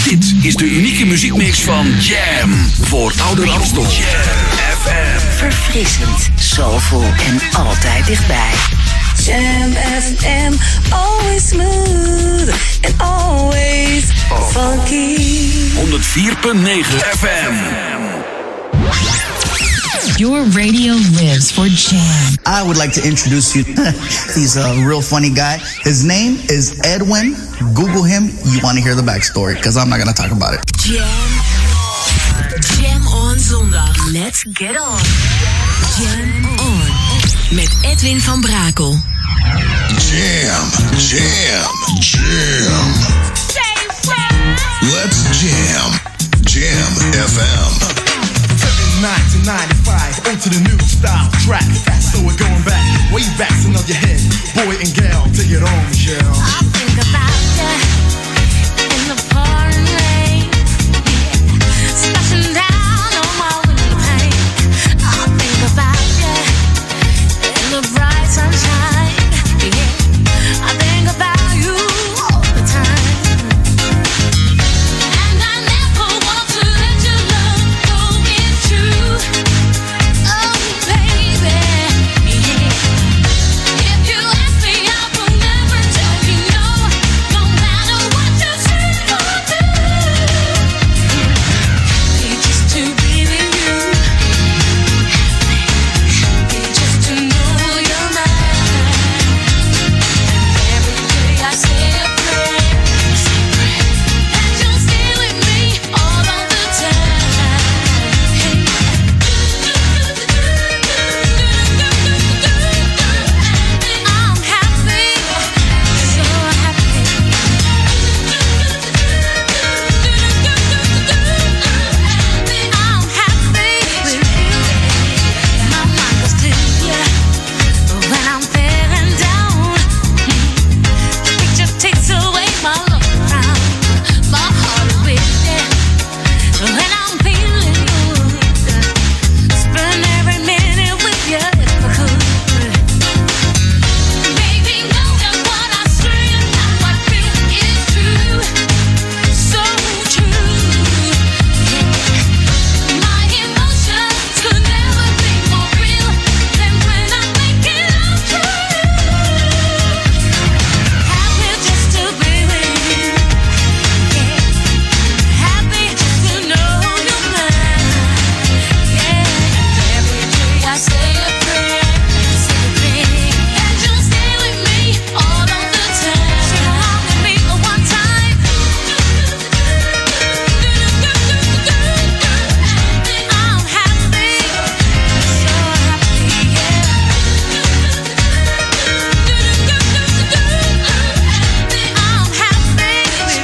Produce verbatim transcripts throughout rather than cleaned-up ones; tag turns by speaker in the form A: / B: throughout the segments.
A: Dit is de unieke muziekmix van Jam voor Ouder Amstel. Jam F M.
B: Verfrissend, soulful en altijd dichtbij.
C: Jam F M, always smooth and always funky.
A: honderd vier punt negen F M.
D: Your radio lives for Jam.
E: I would like to introduce you. He's a real funny guy. His name is Edwin. Google him. You want to hear the backstory, because I'm not going to talk about it.
B: Jam. Jam on zondag. Let's get on. Jam on. Met Edwin van Brakel.
F: Jam, jam, jam. Let's jam. Jam F M.
G: nineteen ninety-five, onto the new style track. So we're going back, way back, so nod your head. Boy and gal, take it on, Michelle.
H: I think about you in the pouring rain, yeah. Splashing down on my window pane. I think about you in the bright sunshine, yeah. I think about you all the time. And I never want to let your love go get true. Oh, baby, yeah. If you ask me, I will never tell you no, no matter what you say or do. Happy just to be with you. Happy just to know you're mine. And every day I say a prayer, say a prayer, that you'll stay with me all of the time. I'm happy, so happy. I'm happy with you. My mind goes to you when I'm feeling down. The picture takes away my look around. My heart is with you when I'm feeling good. Spend every minute with you if I could. Baby, know that what I say and how I feel is true, so true. My emotions could never be more real than when I'm making love to you. Happy just to be with you, yeah. Happy just to know you're mine, yeah. Every day I say a prayer, say a prayer, that you'll stay with me all of the time. Stay along with me for one time. I'm happy, so happy, yeah. I'm happy with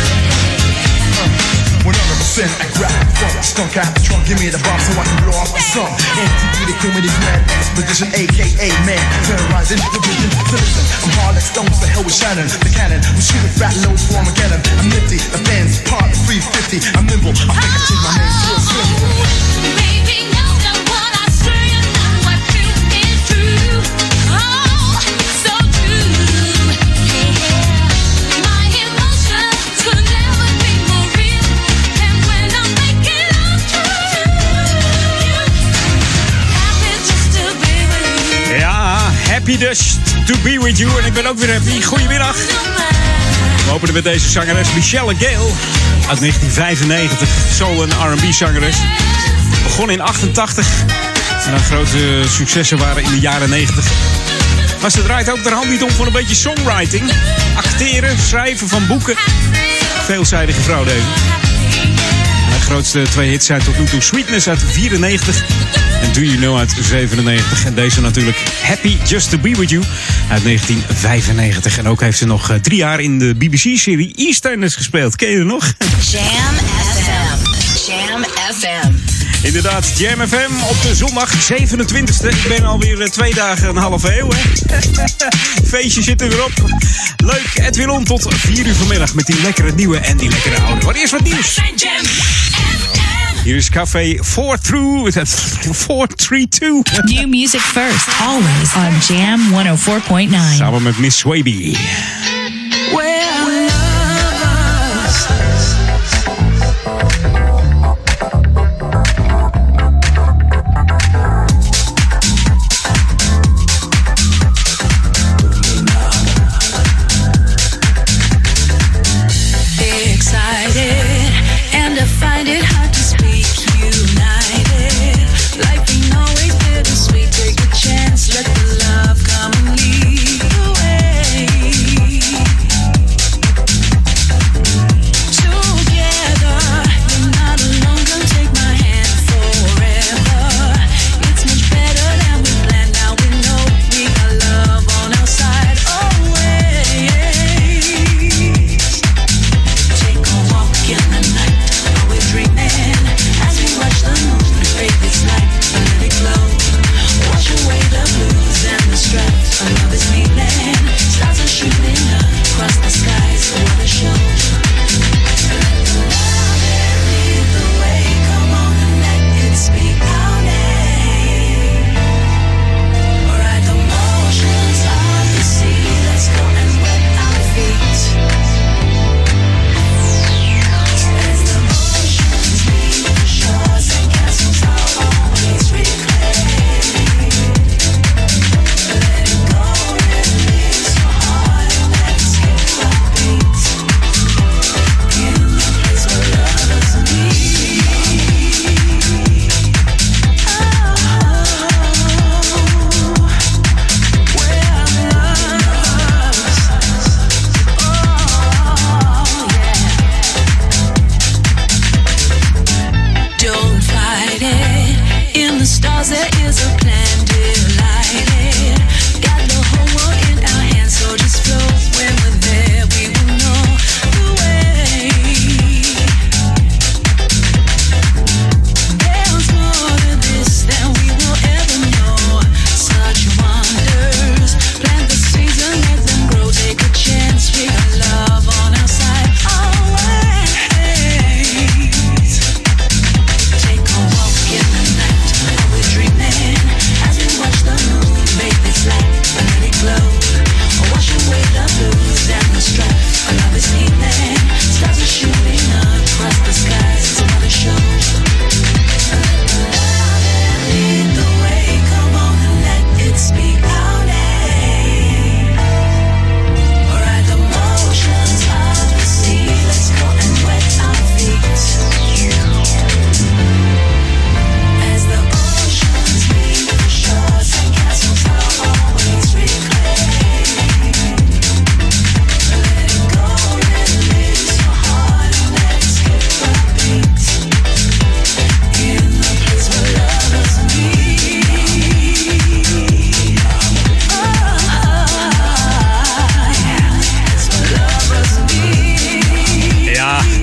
H: you.
G: one hundred percent I grab the front, skunk out the trunk, give me the bomb so I can blow off the sun. M T V, the king with his mad expedition, aka man, terrorizing the vision. So listen, I'm hard like stones, the hell with Shannon, the cannon, we shoot with fat loads for Armageddon. I'm nifty, the fans part three fifty, I'm nimble, I think I changed my name to a symbol.
H: Baby, know that what I say and how I feel is true. Oh, so true. Yeah. My emotions could never be more real than when I'm making love to you. Happy just to be with you.
I: Ja, happy dus to be with you. En ik ben ook weer happy. Goedemiddag. We openen met deze zangeres Michelle Gale uit negentien vijfennegentig. Soul- en R en B-zangeres. Begon in achtentachtig. En haar grote successen waren in de jaren negentig. Maar ze draait ook de hand niet om voor een beetje songwriting. Acteren, schrijven van boeken. Veelzijdige vrouw deze. En haar grootste twee hits zijn tot nu toe Sweetness uit vierennegentig. En Do You Know uit zevenennegentig. En deze natuurlijk Happy Just To Be With You uit negentien vijfennegentig. En ook heeft ze nog drie jaar in de B B C-serie EastEnders gespeeld. Ken je er nog?
B: Jam F M. Jam F M.
I: Inderdaad, Jam F M op de zondag zevenentwintigste. Ik ben alweer twee dagen en een halve eeuw, hè. Feestje zit er weer op. Leuk, Edwin On tot vier uur vanmiddag met die lekkere nieuwe en die lekkere oude. Maar eerst wat nieuws. Hier is Café four through, four three two.
D: New music first, always on Jam one oh four point nine.
I: Samen met Miss Swaby.
C: Well, lovers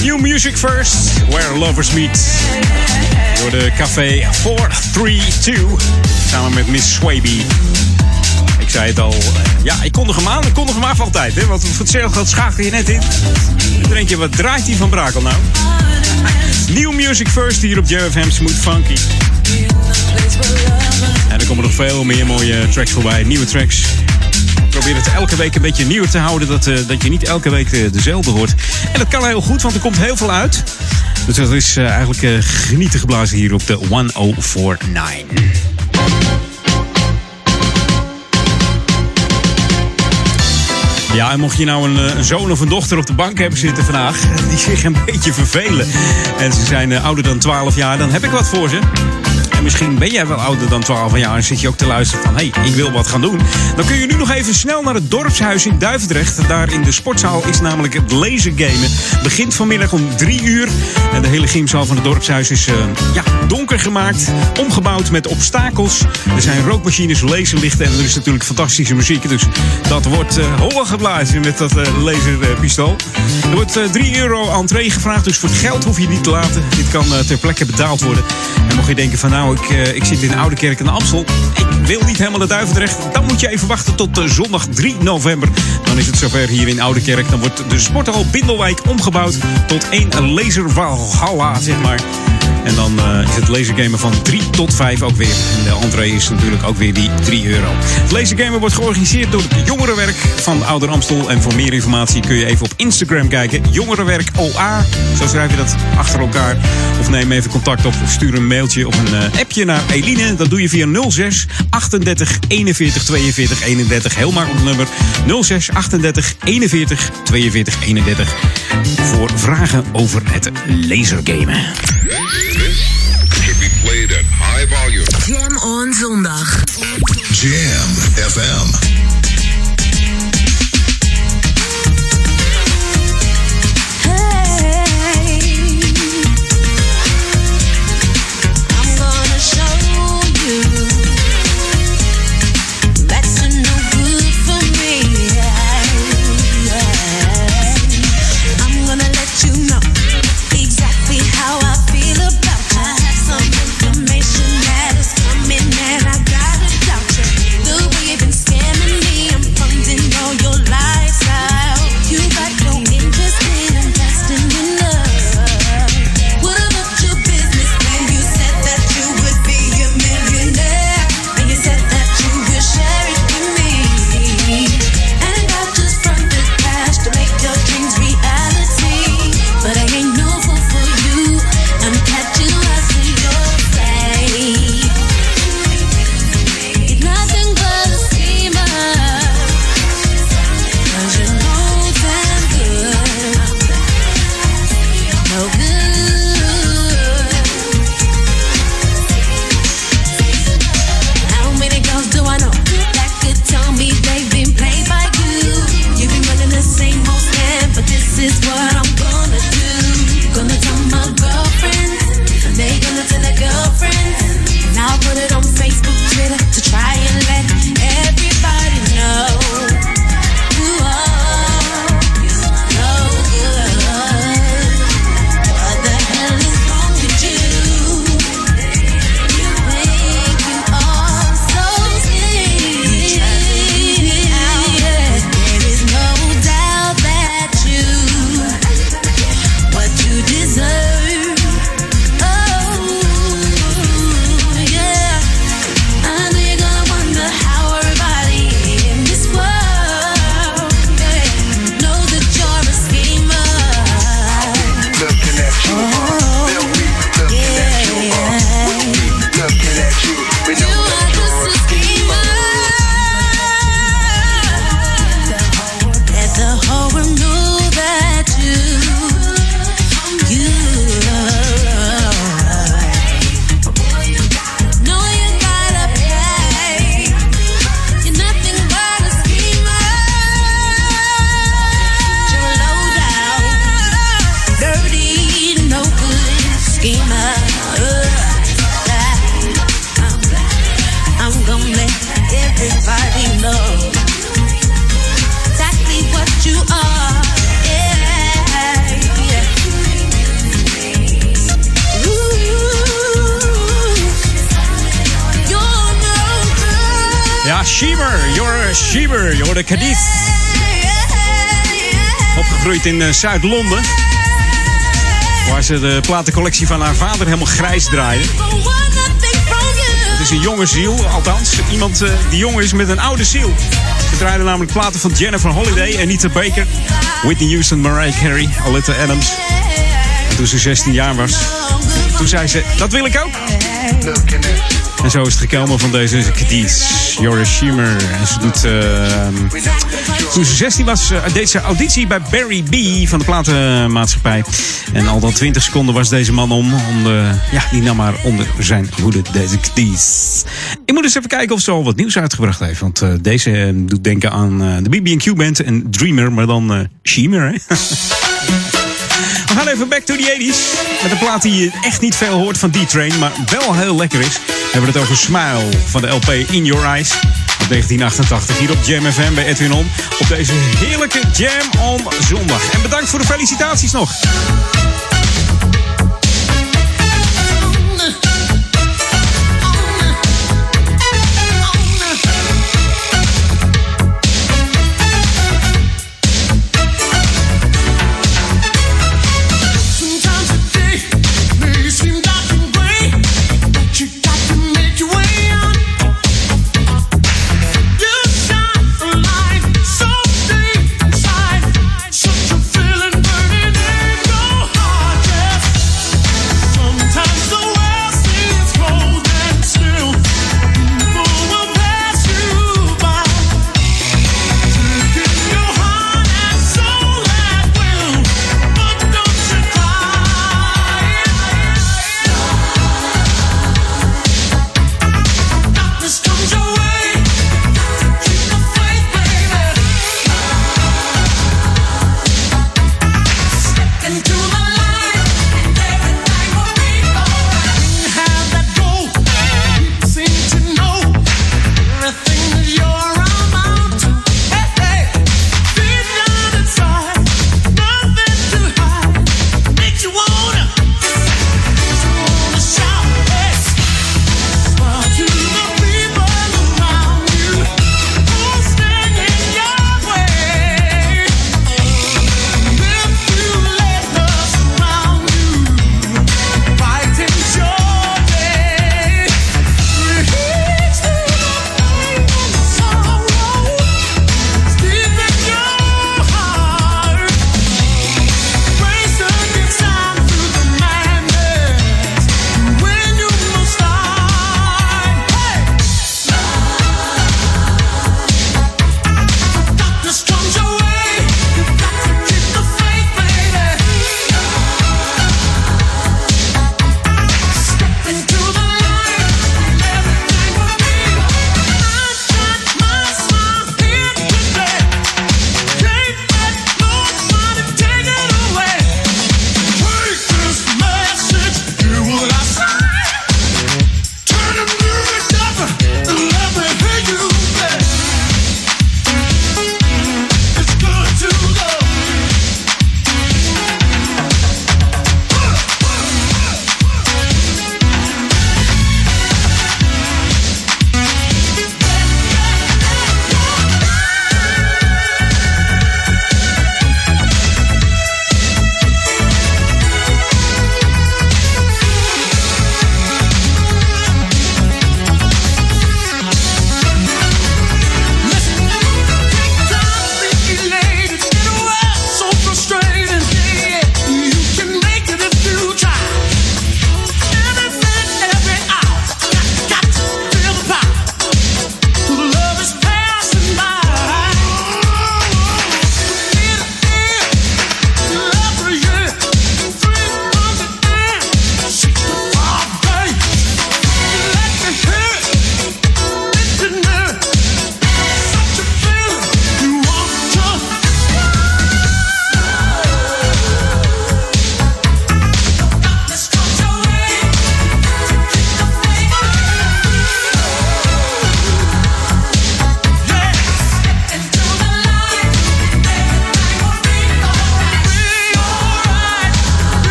I: New music first, Where Lovers Meet. Door de Café four three two. Samen met Miss Swaby. Ik zei het al, ja, ik kondig hem aan, ik kondig hem af altijd. Hè, want voor hetzelfde geld schakel je net in. Dan denk je, wat draait die van Brakel nou? New music first hier op J F M, Smooth Funky. En er komen nog veel meer mooie tracks voorbij, nieuwe tracks. Ik probeer het elke week een beetje nieuwer te houden, dat, uh, dat je niet elke week uh, dezelfde hoort. En dat kan heel goed, want er komt heel veel uit. Dus dat is uh, eigenlijk uh, genieten geblazen hier op de honderdvier negen. Ja, en mocht je nou een, een zoon of een dochter op de bank hebben zitten vandaag, die zich een beetje vervelen, en ze zijn uh, ouder dan twaalf jaar, dan heb ik wat voor ze. En misschien ben jij wel ouder dan twaalf jaar en zit je ook te luisteren van, hé, hey, ik wil wat gaan doen. Dan kun je nu nog even snel naar het dorpshuis in Duivendrecht. Daar in de sportzaal is namelijk het lasergamen. Begint vanmiddag om drie uur. En de hele gymzaal van het dorpshuis is uh, ja, donker gemaakt. Omgebouwd met obstakels. Er zijn rookmachines, laserlichten en er is natuurlijk fantastische muziek. Dus dat wordt uh, hoog geblazen met dat uh, laserpistool. Er wordt uh, drie euro entree gevraagd. Dus voor het geld hoef je niet te laten. Dit kan uh, ter plekke betaald worden. En mocht je denken van nou, ik, uh, ik zit in Oudekerk en Amstel. Ik wil niet helemaal naar Duivendrecht. Dan moet je even wachten tot uh, zondag drie november. Dan is het zover hier in Oudekerk. Dan wordt de sporthal Bindelwijk omgebouwd tot één laservalhalla, zeg maar. En dan uh, is het lasergamen van drie tot vijf ook weer. En de entree is natuurlijk ook weer die drie euro. Het lasergamen wordt georganiseerd door het Jongerenwerk van Ouder Amstel. En voor meer informatie kun je even op Instagram kijken. Jongerenwerk O A. Zo schrijf je dat achter elkaar. Of neem even contact op of stuur een mailtje of een uh, appje naar Eline. Dat doe je via nul zes achtendertig eenenveertig tweeënveertig eenendertig. Heel makkelijk nummer nul zes achtendertig eenenveertig tweeënveertig eenendertig. Voor vragen over het lasergamen.
F: This should be played at high volume.
B: Jam on zondag.
F: Jam F M.
H: Information that is coming and I gotta doubt you. The way you've been scamming me.
I: Schemer, You're Schemer, you're de Cadiz. Opgegroeid in uh, Zuid-Londen. Waar ze de platencollectie van haar vader helemaal grijs draaide. Het is een jonge ziel, althans. Iemand uh, die jong is met een oude ziel. Ze draaide namelijk platen van Jennifer Holliday, Anita Baker, Whitney Houston, Mariah Carey, Aletta Adams. En toen ze zestien jaar was, toen zei ze, dat wil ik ook. En zo is het gekomen van deze Cadiz, You're Schemer. En ze doet, uh, toen ze zestien was, uh, deed ze auditie bij Barry B van de platenmaatschappij. En al dan twintig seconden was deze man om. om de, ja, die nam maar onder zijn hoede, deze Cadiz. Ik moet eens even kijken of ze al wat nieuws uitgebracht heeft. Want uh, deze uh, doet denken aan uh, de B B en Q Band en Dreamer, maar dan uh, Schemer, hè? We gaan even back to the eighties. Met een plaat die je echt niet veel hoort van D-Train, maar wel heel lekker is. We hebben het over Smile van de L P In Your Eyes. Op negentien achtentachtig hier op Jam F M bij Edwin On. Op deze heerlijke Jam On zondag. En bedankt voor de felicitaties nog.
H: Such a feeling burning in your heart.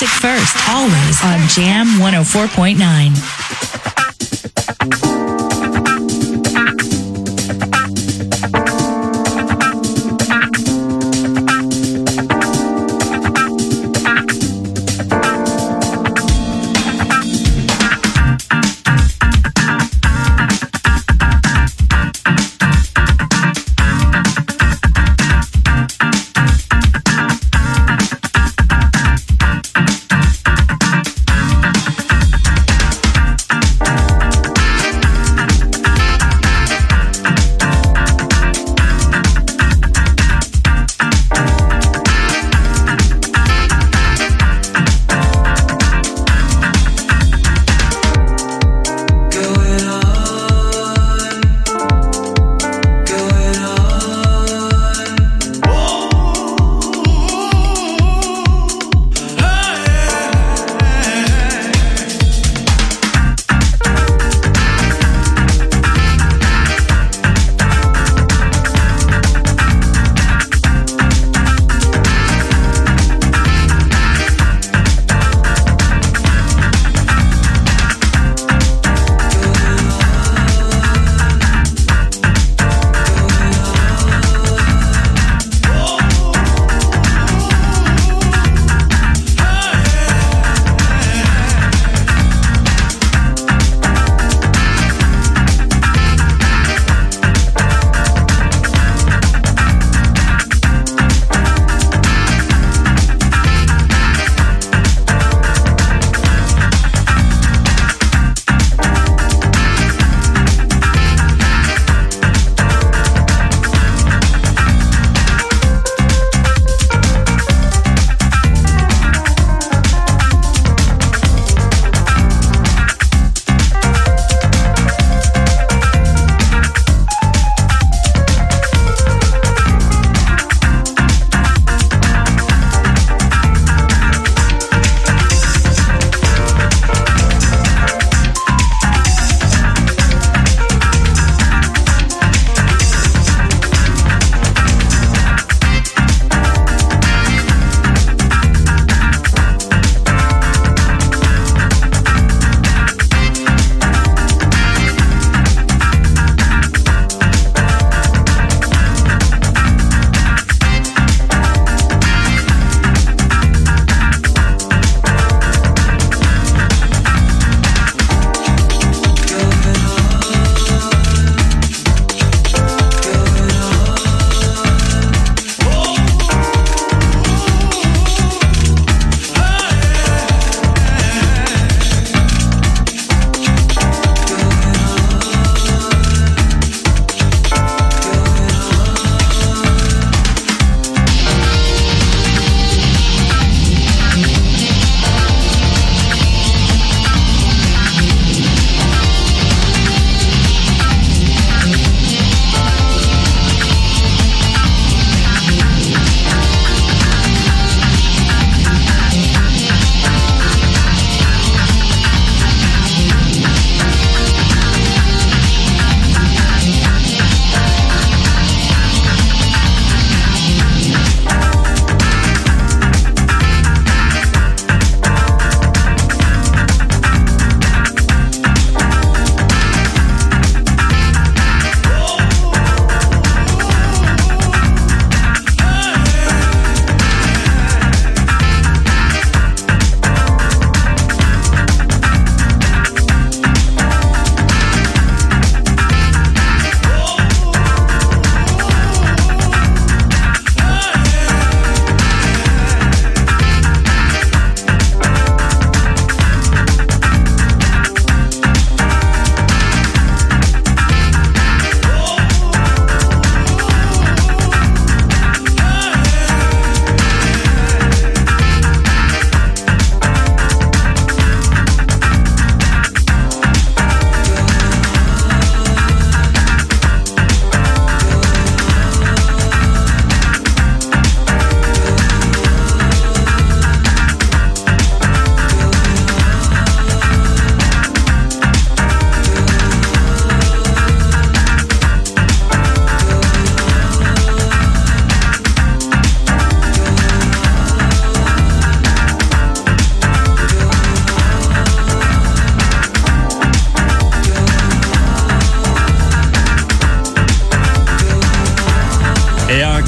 D: Music first, always on Jam one oh four point nine.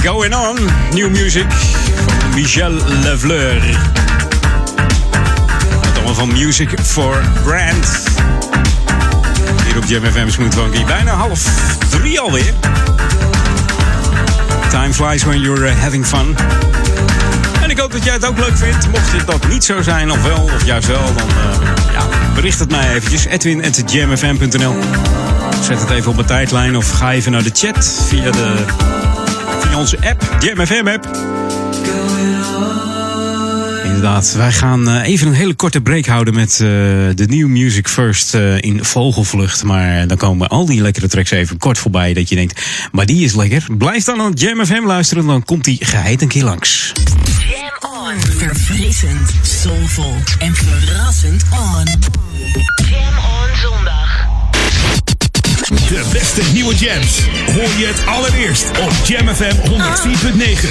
I: Going On, new music van Michel Lefleur. Het allemaal van Music for Brand. Hier op Jam F M Smooth Funky. Bijna half drie alweer. Time flies when you're uh, having fun. En ik hoop dat jij het ook leuk vindt. Mocht het dat niet zo zijn, of wel, of juist wel, dan uh, ja, bericht het mij eventjes. Edwin at jam f m punt n l. Zet het even op mijn tijdlijn of ga even naar de chat via, de, via onze app, Jam F M app. Inderdaad, wij gaan uh, even een hele korte break houden met uh, de New Music First uh, in vogelvlucht. Maar dan komen al die lekkere tracks even kort voorbij dat je denkt, maar die is lekker. Blijf dan aan Jam F M luisteren, dan komt die geheid een keer langs.
B: Jam on. Verfrissend, soulvol en verrassend on. Jam on zondag.
A: De beste nieuwe jams hoor je het allereerst op Jam F M honderd vier punt negen.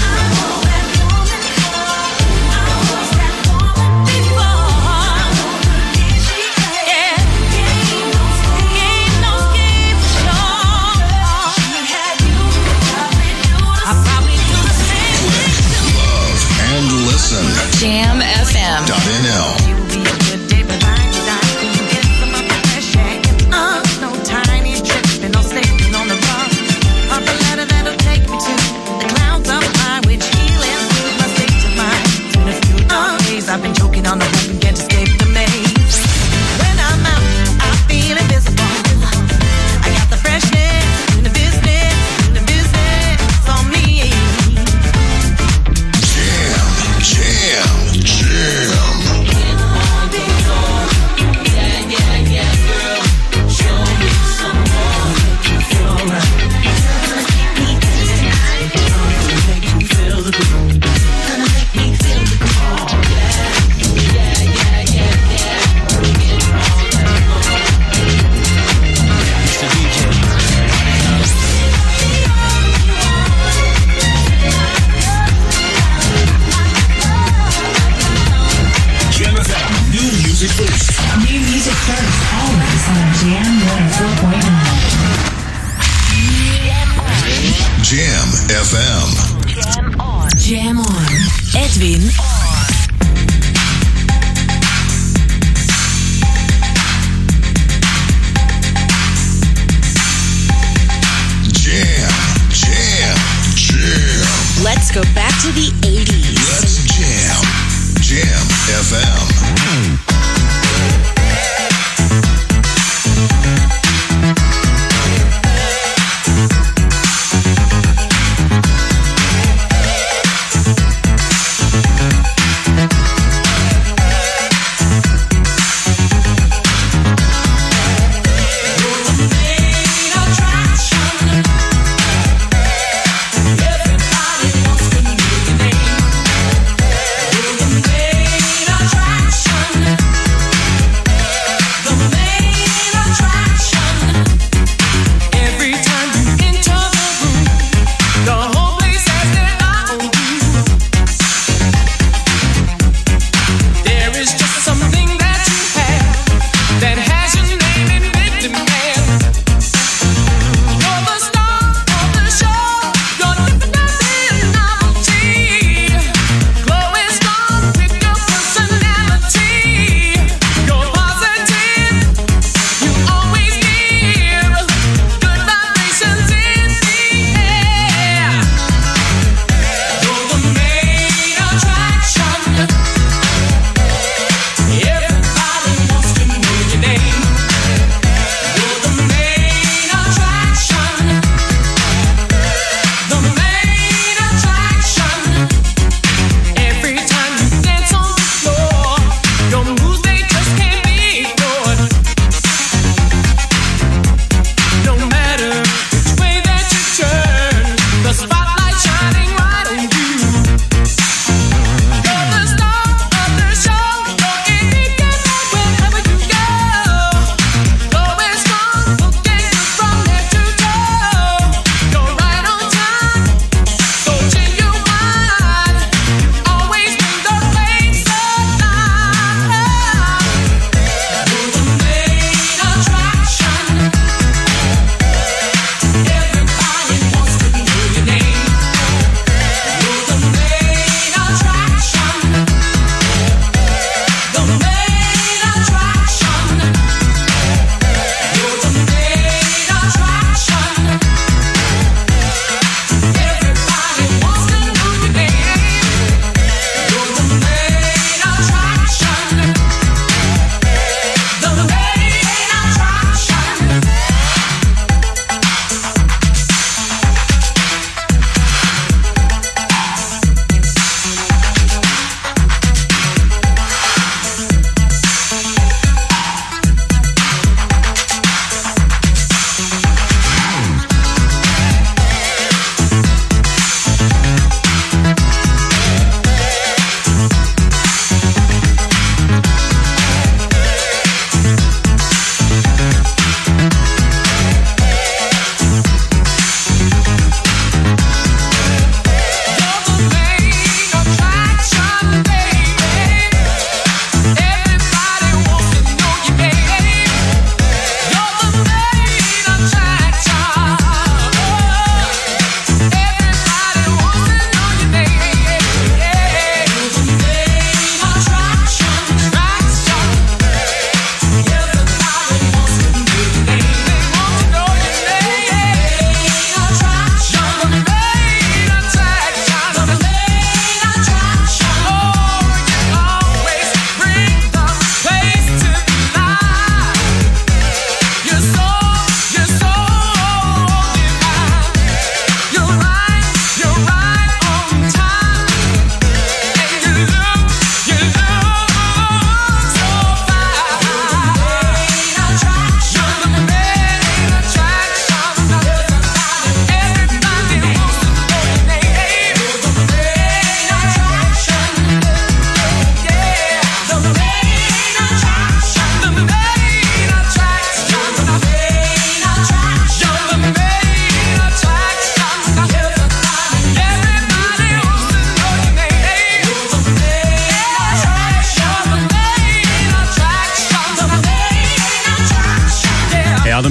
B: Jam F M
A: dot N L.
J: I've been choking on the hope and can't escape the maze. When I'm out, I feel invisible. I got the freshness, doing the business, doing the business for me.
A: Jam, jam, jam. Yeah, yeah, yeah, girl. Show me some more. Feel right. Make me feel the groove. Gonna make me feel the groove.
B: Music first. New music first, always on Jam one oh four point nine.
A: Jam F M.
B: Jam on. Jam on. Edwin on.
A: Jam, jam, jam.
B: Let's go back to the eighties.
A: Let's jam. Jam F M.
J: Attraction.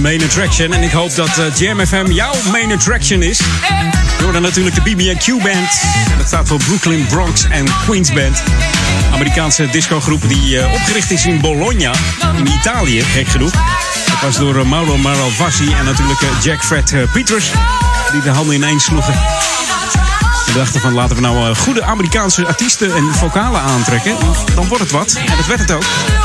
I: Main Attraction. En ik hoop dat uh, Jam F M jouw Main Attraction is. Door dan natuurlijk de B B en Q Band. Dat staat voor Brooklyn, Bronx en Queens Band. Amerikaanse discogroep die uh, opgericht is in Bologna, in Italië, gek genoeg. Dat was door uh, Mauro Maravasi en natuurlijk uh, Jack Fred uh, Peters, die de handen ineens sloegen. We dachten van laten we nou uh, goede Amerikaanse artiesten en vocalen aantrekken. Dan wordt het wat. En dat werd het ook.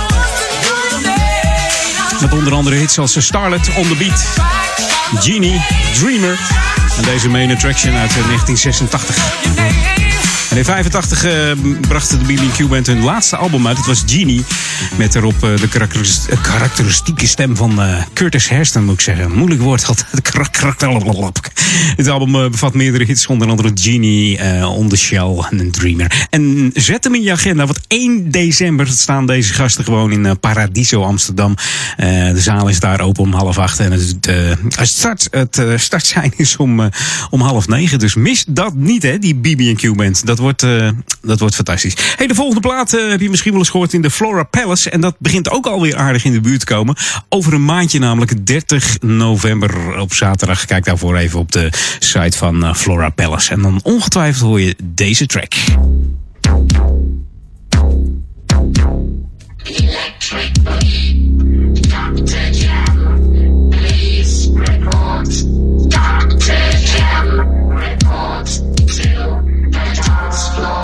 I: Met onder andere hits als Starlet, On The Beat, Genie, Dreamer. En deze Main Attraction uit negentien zesentachtig. En in vijfentachtig uh, bracht de B B en Q Band hun laatste album uit. Het was Genie. Met erop uh, de karakteris- uh, karakteristieke stem van uh, Curtis Hairston, moet ik zeggen. Moeilijk woord altijd. Dit album uh, bevat meerdere hits, onder andere Genie, uh, On The Shell en Dreamer. En zet hem in je agenda, want één december staan deze gasten gewoon in uh, Paradiso Amsterdam. Uh, de zaal is daar open om half acht. En het, uh, het, start, het uh, startsein is om, uh, om half negen. Dus mis dat niet, hè, die B B en Q Band. Dat wordt, uh, dat wordt fantastisch. Hey, de volgende plaat uh, heb je misschien wel eens gehoord in de Flora Palace. En dat begint ook alweer aardig in de buurt te komen. Over een maandje namelijk, dertig november op zaterdag. Kijk daarvoor even op de site van uh, Flora Palace. En dan ongetwijfeld hoor je deze track.
K: Electric Bush, doctor Jam, please report. doctor Jam, report to the dance floor.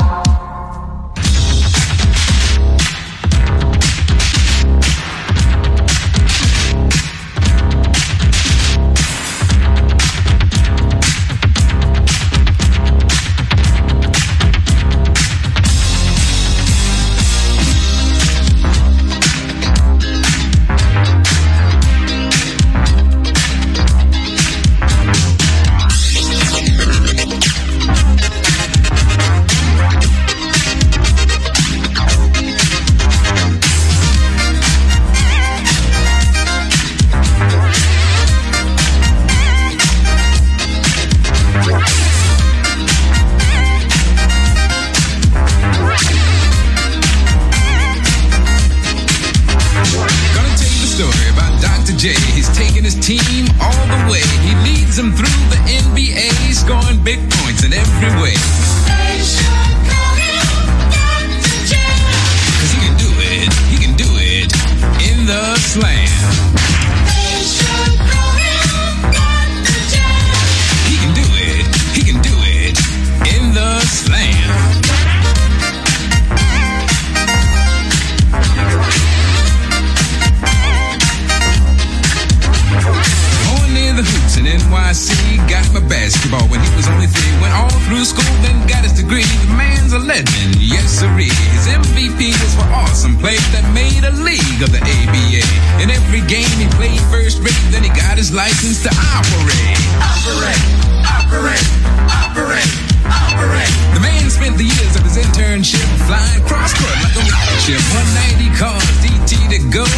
L: Team all the way. He leads them through the N B A, scoring big points in every way.
K: They should call him doctor J.
L: Cause he can do it, he can do it in the slam.
K: They should call him doctor J.
L: He can do it, he can do it in the slam. The hoops in N Y C, got my basketball when he was only three. Went all through school, then got his degree. The man's a legend, yes sirree. His M V P was for awesome plays that made a league of the A B A. In every game he played first rate, then he got his license to operate.
K: Operate, operate, operate, operate.
L: The man spent the years of his internship flying cross-court like a rocket ship. One night he called D T to go.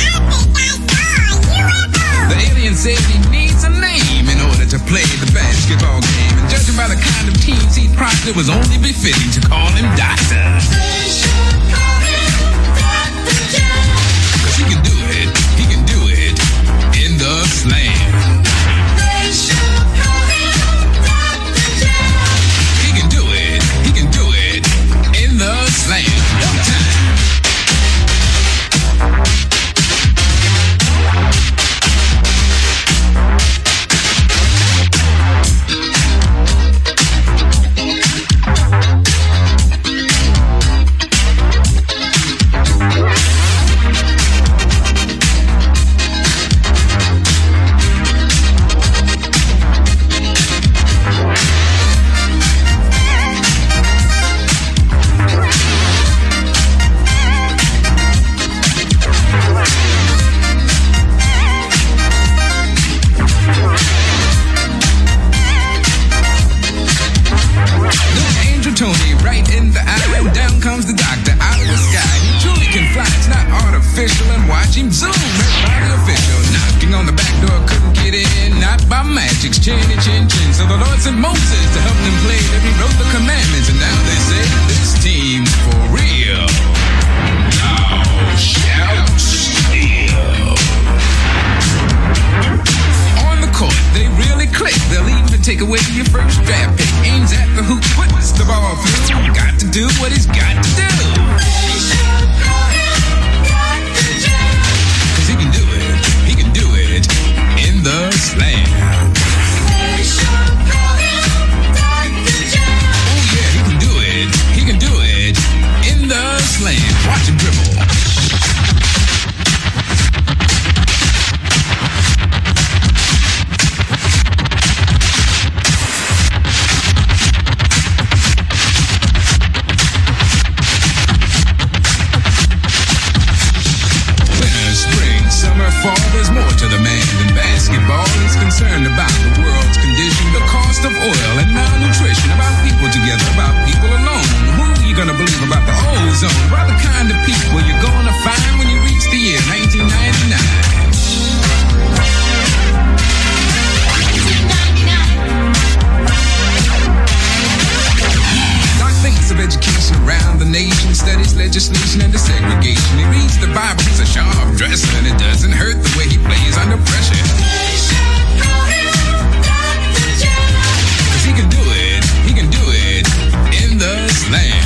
L: The alien said he needs a name in order to play the basketball game. And judging by the kind of teams he proctored, it was only befitting to call him Doctor.
K: They should call him doctor J.
L: Cause he can do it, he can do it in the slam.
K: They should call him doctor J.
L: He can do it, he can do it in the slam. No time. Tony, right in the eye, and down comes the doctor out of the sky. He truly can fly, it's not artificial, and watch him zoom, right by the official. Knocking on the back door, couldn't get in, not by magic, chin chin chin. So the Lord sent Moses to help them play, then he wrote the commandments, and now they say, this team's for real. Now shout still. dribble. Winter, spring, summer, fall, there's more to the man than basketball. He's concerned about the world's condition, the cost of oil and malnutrition, about people together, about people alone. Who are you gonna believe about the ozone? About the kind of people you're gonna find when you reach the year nineteen ninety-nine. Doc thinks of education around the nation, studies legislation and desegregation. He reads the Bible, he's a sharp dresser, and it doesn't hurt the way he plays under pressure. Cause he can do it, he can do it in the slam.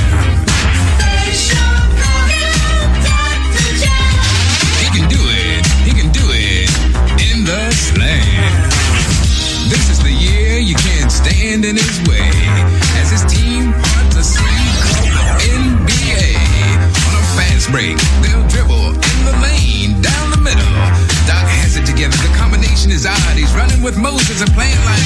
L: He can do it, he can do it in the slam. This is the year you can't stand in his way, as his team parts a sweep called the N B A. On a fast break, they'll dribble in the lane, down the middle. Doc has it together, the combination is odd. He's running with Moses and playing like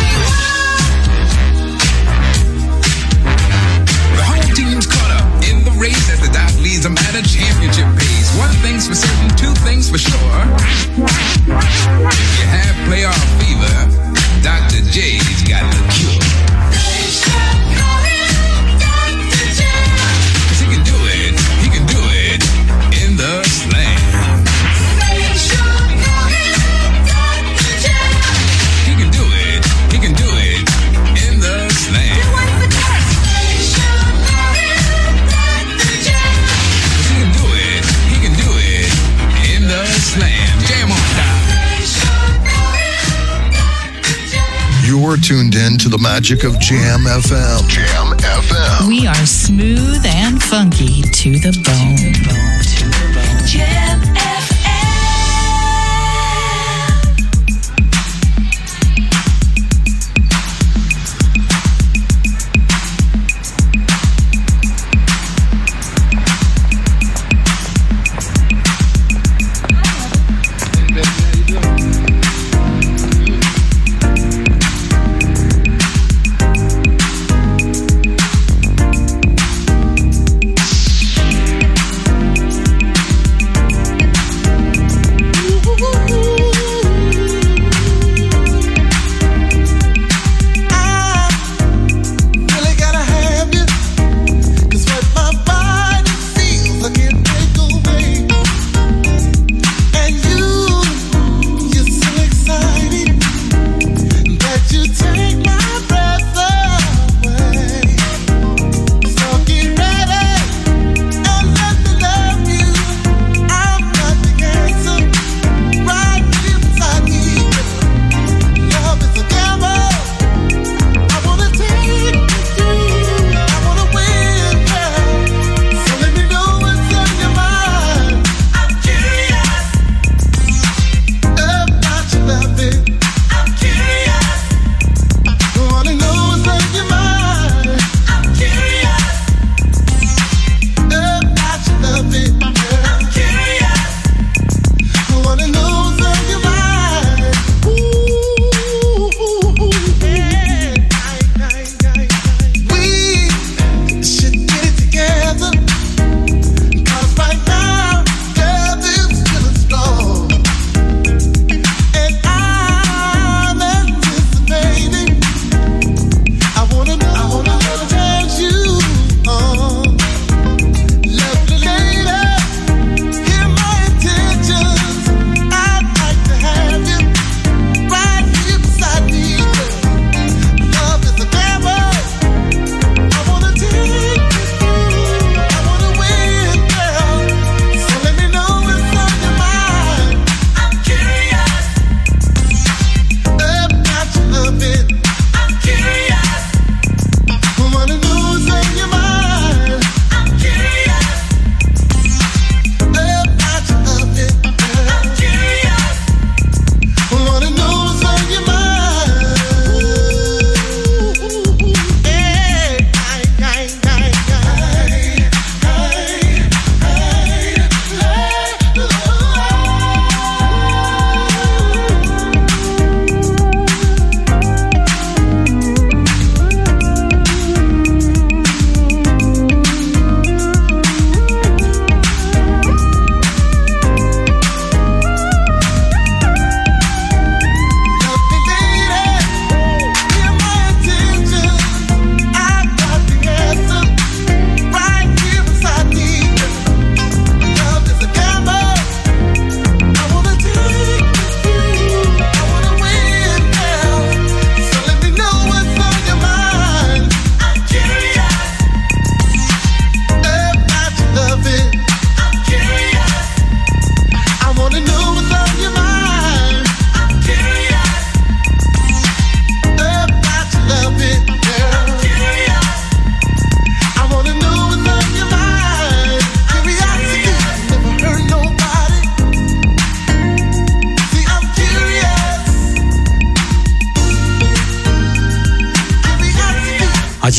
L: the whole team's caught up in the race as the Doc leads them at a championship pace. One thing's for certain, two things for sure. If you have playoff fever, Doctor J's got the cure. Cause he can do it, he can do it in the slam. He can do it, he can do it in the slam. Cause he can do it, he can do it in the slam. Jam on, Doc.
M: You're tuned in to the magic of Jam F M. Jam F M.
D: We are smooth and funky to the bone.
C: Jam F M.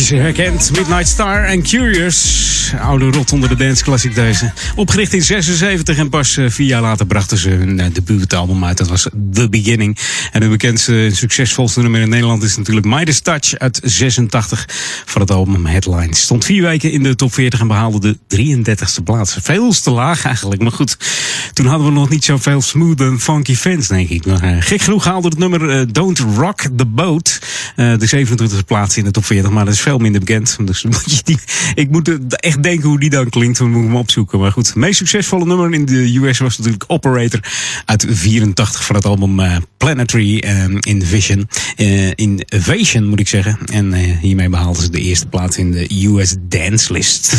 I: je herkent. Midnight Star en Curious. Oude rot onder de dance classic deze. Opgericht in zesenzeventig en pas uh, vier jaar later brachten ze hun uh, debuutalbum uit. Dat was The Beginning. En hun bekendste en succesvolste nummer in Nederland is natuurlijk Midas Touch uit zesentachtig van het album Headlines. Stond vier weken in de top veertig en behaalde de drieëndertigste plaats. Veel te laag eigenlijk, maar goed. Toen hadden we nog niet zoveel smooth en funky fans, denk ik. Maar, uh, gek genoeg haalde het nummer uh, Don't Rock the Boat uh, de zevenentwintigste plaats in de top veertig, maar dat is veel minder bekend. Dus moet je die, ik moet echt denken hoe die dan klinkt, dan moet ik hem opzoeken. Maar goed, het meest succesvolle nummer in de U S was natuurlijk Operator uit vierentachtig van het album uh, Planetary uh, Invasion. Uh, Invasion moet ik zeggen. En uh, hiermee behaalden ze de eerste plaats in de U S Dance List.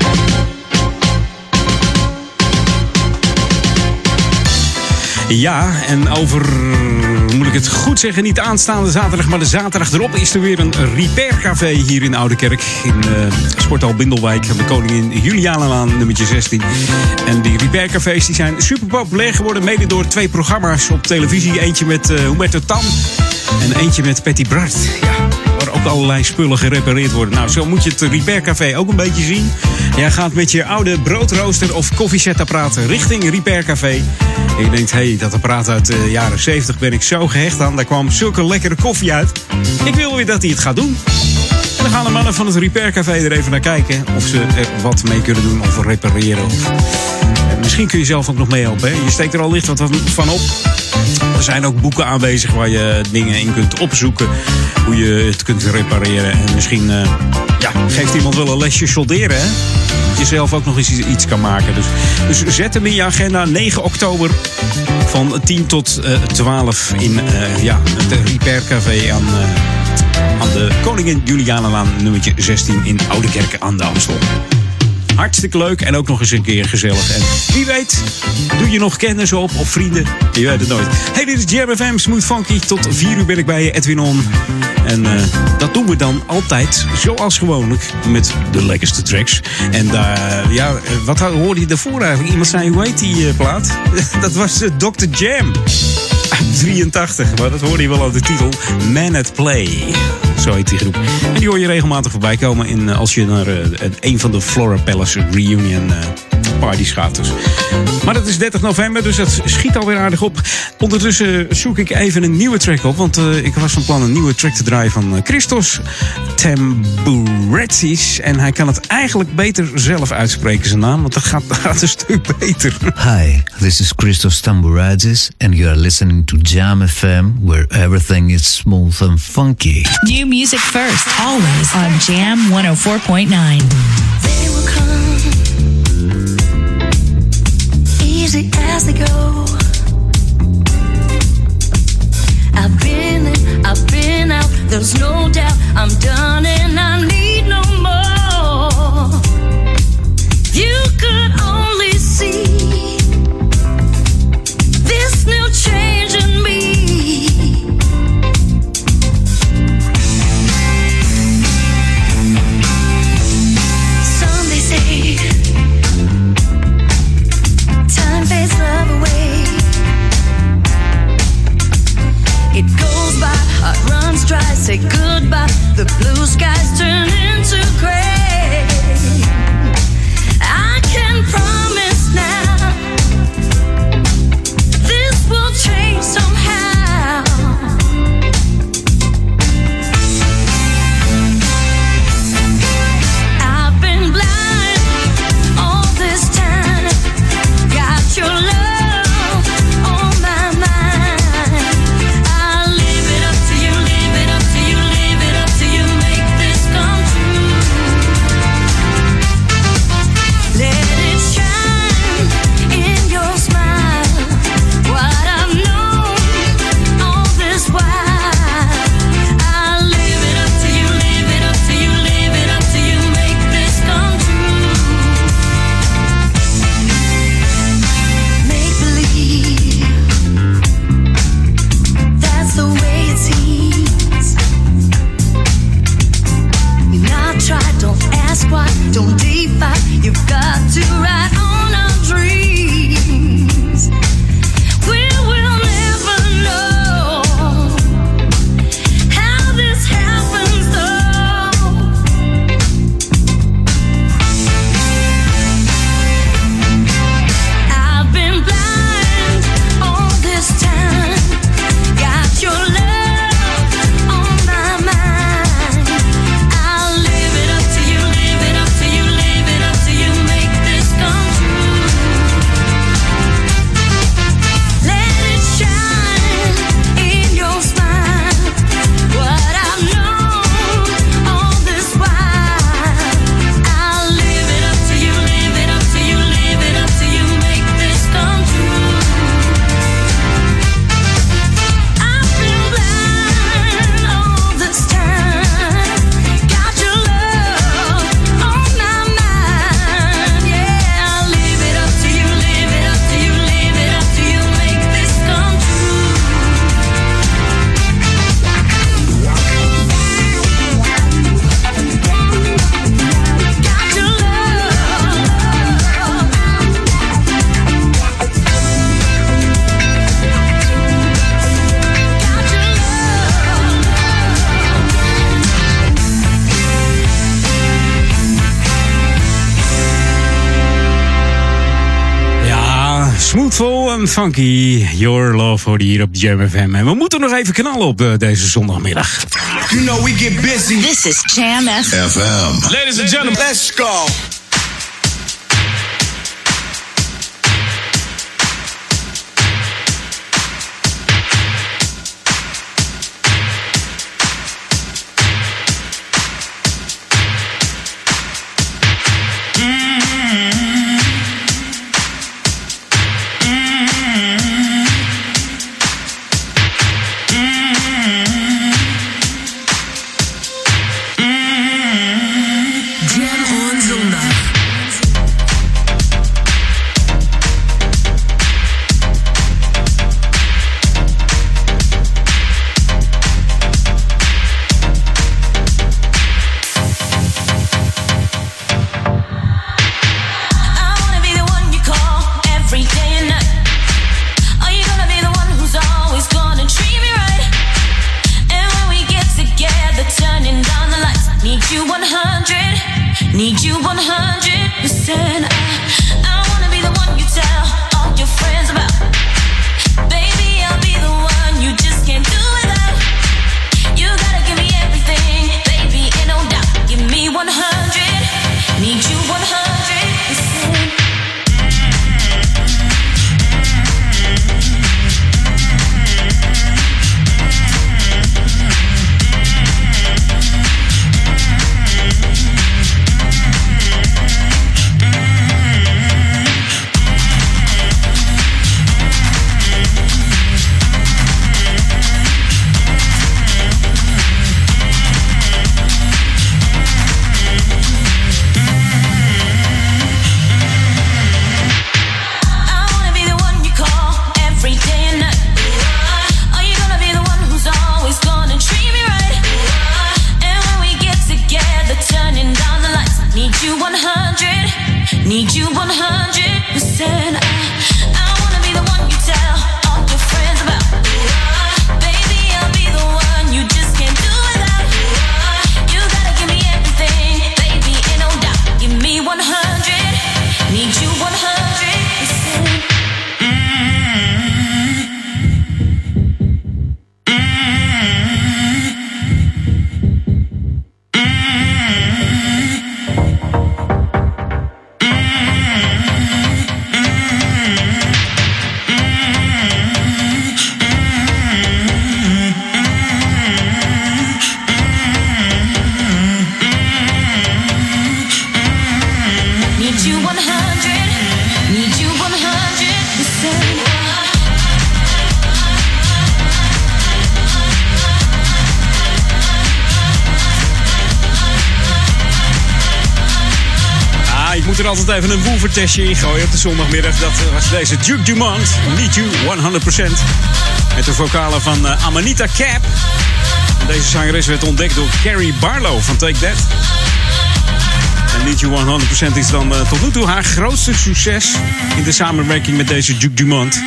I: Ja, en over, moet ik het goed zeggen, niet aanstaande zaterdag, maar de zaterdag erop is er weer een repaircafé hier in Oudekerk. In uh, Sporthal Bindelwijk, aan de Koningin Julianalaan, nummertje zestien. En die repaircafés die zijn super populair geworden, mede door twee programma's op televisie. Eentje met uh, Humberto Tan en eentje met Patty Bart. Ja, waar ook allerlei spullen gerepareerd worden. Nou, zo moet je het repaircafé ook een beetje zien. Jij gaat met je oude broodrooster of koffiezetapparaat richting repaircafé. En je denkt, hé, hey, dat apparaat uit de jaren zeventig ben ik zo gehecht aan. Daar kwam zulke lekkere koffie uit. Ik wil weer dat hij het gaat doen. En dan gaan de mannen van het repaircafé er even naar kijken. Of ze er wat mee kunnen doen of repareren. Of... Misschien kun je zelf ook nog meehelpen. Hè? Je steekt er al licht wat van op. Er zijn ook boeken aanwezig waar je dingen in kunt opzoeken. Hoe je het kunt repareren. En misschien uh, ja, geeft iemand wel een lesje solderen. Hè? Dat je zelf ook nog eens iets kan maken. Dus, dus zet hem in je agenda. negen oktober van tien tot uh, twaalf in uh, ja, het repaircafé aan, uh, aan de Koningin Julianalaan nummertje zestien in Oudekerk aan de Amstel. Hartstikke leuk en ook nog eens een keer gezellig. En wie weet, doe je nog kennis op of vrienden? Je weet het nooit. Hey, dit is Jam F M, Smooth Funky. Tot vier uur ben ik bij je, Edwin On. En uh, dat doen we dan altijd, zoals gewoonlijk, met de lekkerste tracks. En daar, uh, ja, wat hoorde je daarvoor eigenlijk? Iemand zei, hoe heet die uh, plaat? Dat was uh, dokter Jam. drieëntachtig, maar dat hoorde je wel aan de titel. Man at Play. Zo heet die groep. En die hoor je regelmatig voorbij komen in, als je naar uh, een van de Flora Palace reunion uh, parties gaat. Dus. Maar dat is dertig november, dus dat schiet alweer aardig op. Ondertussen zoek ik even een nieuwe track op. Want uh, ik was van plan een nieuwe track te draaien van uh, Christos Tambouretsis. En hij kan het eigenlijk beter zelf uitspreken, zijn naam. Want dat gaat, dat gaat een stuk beter.
N: Hi, this is Christos Tambouretsis. And you are listening to Jam F M, where everything is smooth and funky.
D: New music first, always on Jam one oh four point nine.
H: They will come easy as they go. I've been in, I've been out. There's no doubt I'm done and I need no more. You could only see this new change in me. Some they say time fades love away.
I: Smoothful en funky. Your love hoorde hier op Jam F M. En we moeten nog even knallen op uh, deze zondagmiddag.
G: You know we get busy.
B: This is Jam F M.
M: F M.
G: Ladies and gentlemen, let's go.
I: Altijd even een woevertestje ingooien op de zondagmiddag. Dat was deze Duke Dumont, Need You honderd procent. Met de vocalen van uh, Amanita Cap. Deze zangeres werd ontdekt door Carrie Barlow van Take That. En Need You honderd procent is dan uh, tot nu toe haar grootste succes in de samenwerking met deze Duke Dumont.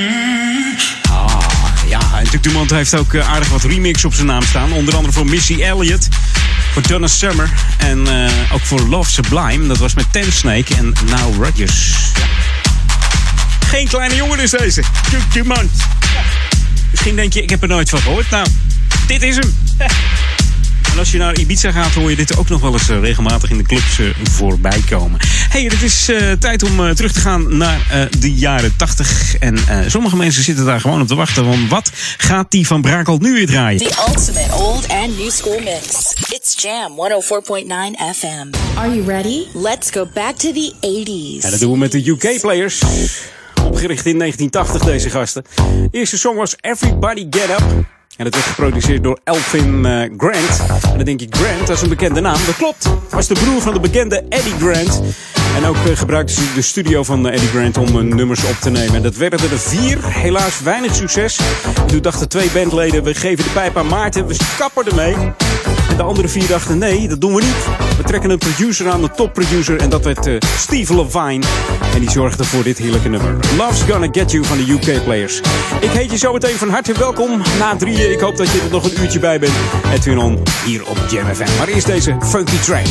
I: Ah, ja, en Duke Dumont heeft ook uh, aardig wat remix op zijn naam staan. Onder andere voor Missy Elliott, voor Donna Summer en uh, ook voor Love Sublime. Dat was met Ten Snake en Now Rodgers. Ja. Geen kleine jongen is deze. Duke Dumont. Ja. Misschien denk je, ik heb er nooit van gehoord. Nou, dit is hem. Ja. En als je naar Ibiza gaat, hoor je dit ook nog wel eens uh, regelmatig in de clubs uh, voorbij komen. Hey, het is uh, tijd om uh, terug te gaan naar uh, de jaren tachtig. En uh, sommige mensen zitten daar gewoon op te wachten. Want wat gaat die Van Brakel nu weer draaien?
B: The ultimate old and new school mix. It's Jam honderdvier komma negen F M. Are you ready? Let's go back to the eighties.
I: En dat doen we met de U K-players. Opgericht in negentien tachtig, deze gasten. De eerste song was Everybody Get Up. En dat werd geproduceerd door Elvin uh, Grant. En dan denk je, Grant, dat is een bekende naam. Dat klopt. Hij was de broer van de bekende Eddie Grant. En ook uh, gebruikte ze de studio van uh, Eddie Grant om uh, nummers op te nemen. En dat werden er vier. Helaas weinig succes. En toen dachten twee bandleden, we geven de pijp aan Maarten. We kappen ermee. En de andere vier dachten, nee, dat doen we niet. We trekken een producer aan, een topproducer. En dat werd uh, Steve Levine. En die zorgde voor dit heerlijke nummer. Love's Gonna Get You van de U K-players. Ik heet je zo meteen van harte welkom. Na drieën, ik hoop dat je er nog een uurtje bij bent. Edwin On, hier op Jam F M. Maar eerst deze funky track.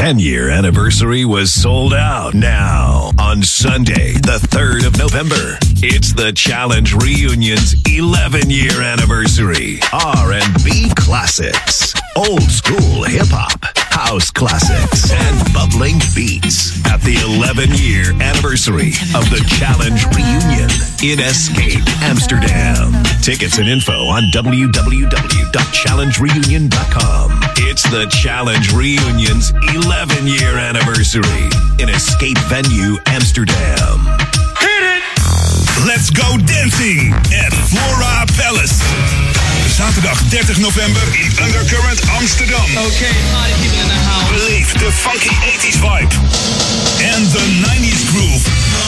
O: ten-year anniversary was sold out. Now, on Sunday, the third of November, it's the Challenge Reunion's eleven-year anniversary. R and B classics, old school hip-hop, house classics, and bubbling beats at the eleven-year anniversary of the Challenge Reunion in Escape, Amsterdam. Tickets and info on w w w dot challenge reunion dot com. It's the Challenge Reunion's eleven-year anniversary in Escape Venue, Amsterdam.
A: Hit it! Let's go dancing at Flora Palace. Zaterdag dertig november in Undercurrent, Amsterdam.
P: Okay, party people in the house.
A: Beleef de funky eighties vibe en de nineties groove.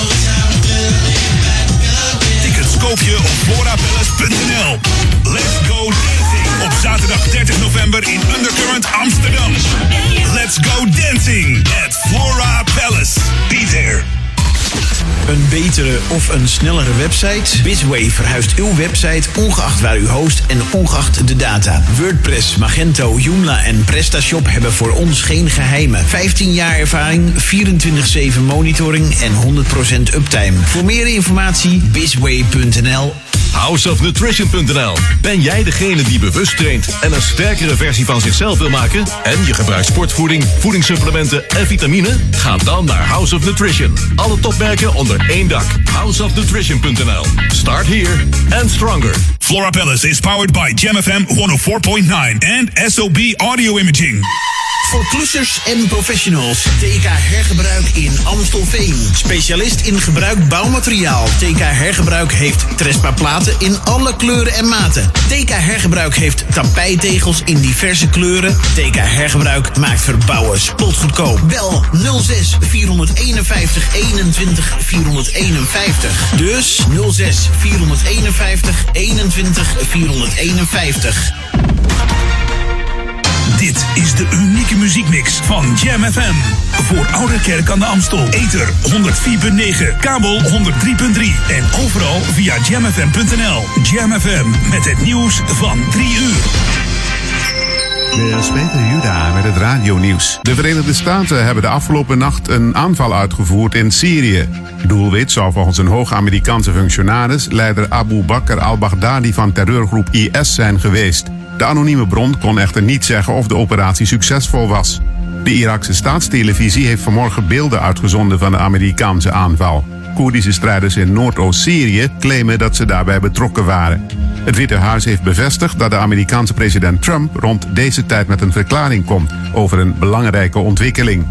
A: Tickets koop je op flora palace punt n l. Let's go dancing op zaterdag dertig november in Undercurrent, Amsterdam. Let's go dancing at Flora Palace. Be there.
Q: Een betere of een snellere website? Bizway verhuist uw website ongeacht waar u host en ongeacht de data. WordPress, Magento, Joomla en PrestaShop hebben voor ons geen geheimen. vijftien jaar ervaring, vierentwintig zeven monitoring en honderd procent uptime. Voor meer informatie bizway punt n l.
O: house of nutrition punt n l. Ben jij degene die bewust traint en een sterkere versie van zichzelf wil maken? En je gebruikt sportvoeding, voedingssupplementen en vitamine? Ga dan naar House of Nutrition. Alle topmerken onder één dak. house of nutrition punt n l. Start here and stronger.
A: Flora Palace is powered by Jam F M honderdvier komma negen en S O B Audio Imaging.
Q: Voor klussers en professionals. T K Hergebruik in Amstelveen. Specialist in gebruikt bouwmateriaal. T K Hergebruik heeft Trespa platen in alle kleuren en maten. T K Hergebruik heeft tapijtegels in diverse kleuren. T K Hergebruik maakt verbouwen spotgoedkoop. Bel nul zes vierhonderdeenenvijftig eenentwintig vierhonderdeenenvijftig. Dus nul zes vierhonderdeenenvijftig eenentwintig vierhonderdeenenvijftig.
A: Dit is de unieke muziekmix van Jam F M. Voor Oude Kerk aan de Amstel. Ether honderdvier komma negen, kabel honderdrie komma drie en overal via jam f m punt n l. Jam F M met het nieuws van drie uur.
R: Dit is Peter Juda met het radionieuws. De Verenigde Staten hebben de afgelopen nacht een aanval uitgevoerd in Syrië. Doelwit zou volgens een hoog Amerikaanse functionaris leider Abu Bakr al-Baghdadi van terreurgroep I S zijn geweest. De anonieme bron kon echter niet zeggen of de operatie succesvol was. De Iraakse staatstelevisie heeft vanmorgen beelden uitgezonden van de Amerikaanse aanval. Koerdische strijders in Noordoost-Syrië claimen dat ze daarbij betrokken waren. Het Witte Huis heeft bevestigd dat de Amerikaanse president Trump rond deze tijd met een verklaring komt over een belangrijke ontwikkeling.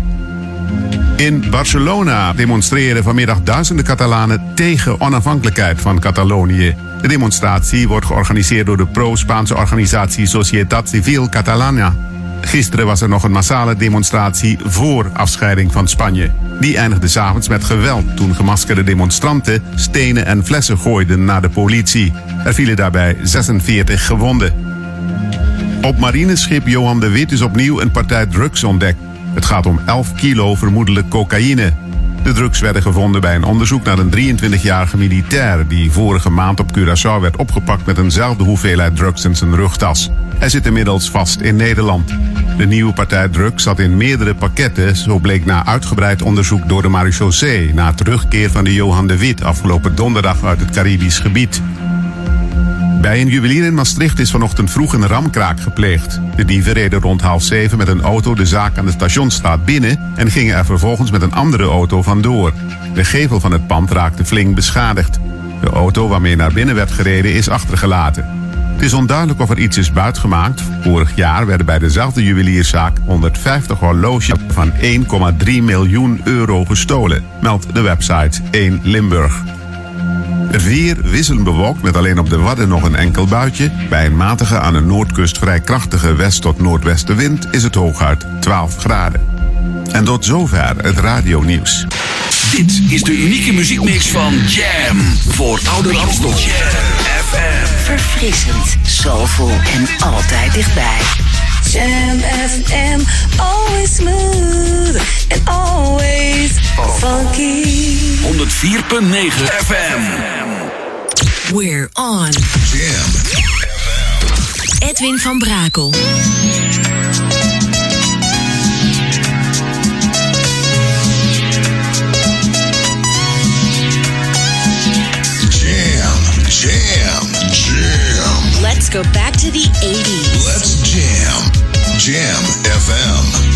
R: In Barcelona demonstreren vanmiddag duizenden Catalanen tegen onafhankelijkheid van Catalonië. De demonstratie wordt georganiseerd door de pro-Spaanse organisatie Societat Civil Catalana. Gisteren was er nog een massale demonstratie voor afscheiding van Spanje. Die eindigde 's avonds met geweld toen gemaskerde demonstranten stenen en flessen gooiden naar de politie. Er vielen daarbij zesenveertig gewonden. Op marineschip Johan de Wit is opnieuw een partij drugs ontdekt. Het gaat om elf kilo vermoedelijk cocaïne. De drugs werden gevonden bij een onderzoek naar een drieëntwintigjarige militair die vorige maand op Curaçao werd opgepakt met eenzelfde hoeveelheid drugs in zijn rugtas. Hij zit inmiddels vast in Nederland. De nieuwe partij drugs zat in meerdere pakketten, zo bleek na uitgebreid onderzoek door de marechaussee na terugkeer van de Johan de Wit afgelopen donderdag uit het Caribisch gebied. Bij een juwelier in Maastricht is vanochtend vroeg een ramkraak gepleegd. De dieven reden rond half zeven met een auto de zaak aan de Stationsstraat binnen en gingen er vervolgens met een andere auto vandoor. De gevel van het pand raakte flink beschadigd. De auto waarmee naar binnen werd gereden is achtergelaten. Het is onduidelijk of er iets is buitgemaakt. Vorig jaar werden bij dezelfde juwelierszaak honderdvijftig horloges van één komma drie miljoen euro gestolen, meldt de website één Limburg. Het weer wisselend bewolkt met alleen op de Wadden nog een enkel buitje. Bij een matige aan de noordkust vrij krachtige west- tot noordwestenwind is het hooguit twaalf graden. En tot zover het radionieuws.
S: Dit is de unieke muziekmix van Jam voor Oude Amstel. Jam F M.
B: Verfrissend, soulful en altijd dichtbij.
C: Jam F M, always smooth and always funky.
S: honderdvier komma negen F M.
B: We're on.
A: Jam.
B: Edwin van Brakel.
M: Jam, jam.
B: Let's go back to the eighties.
M: Let's jam. Jam F M.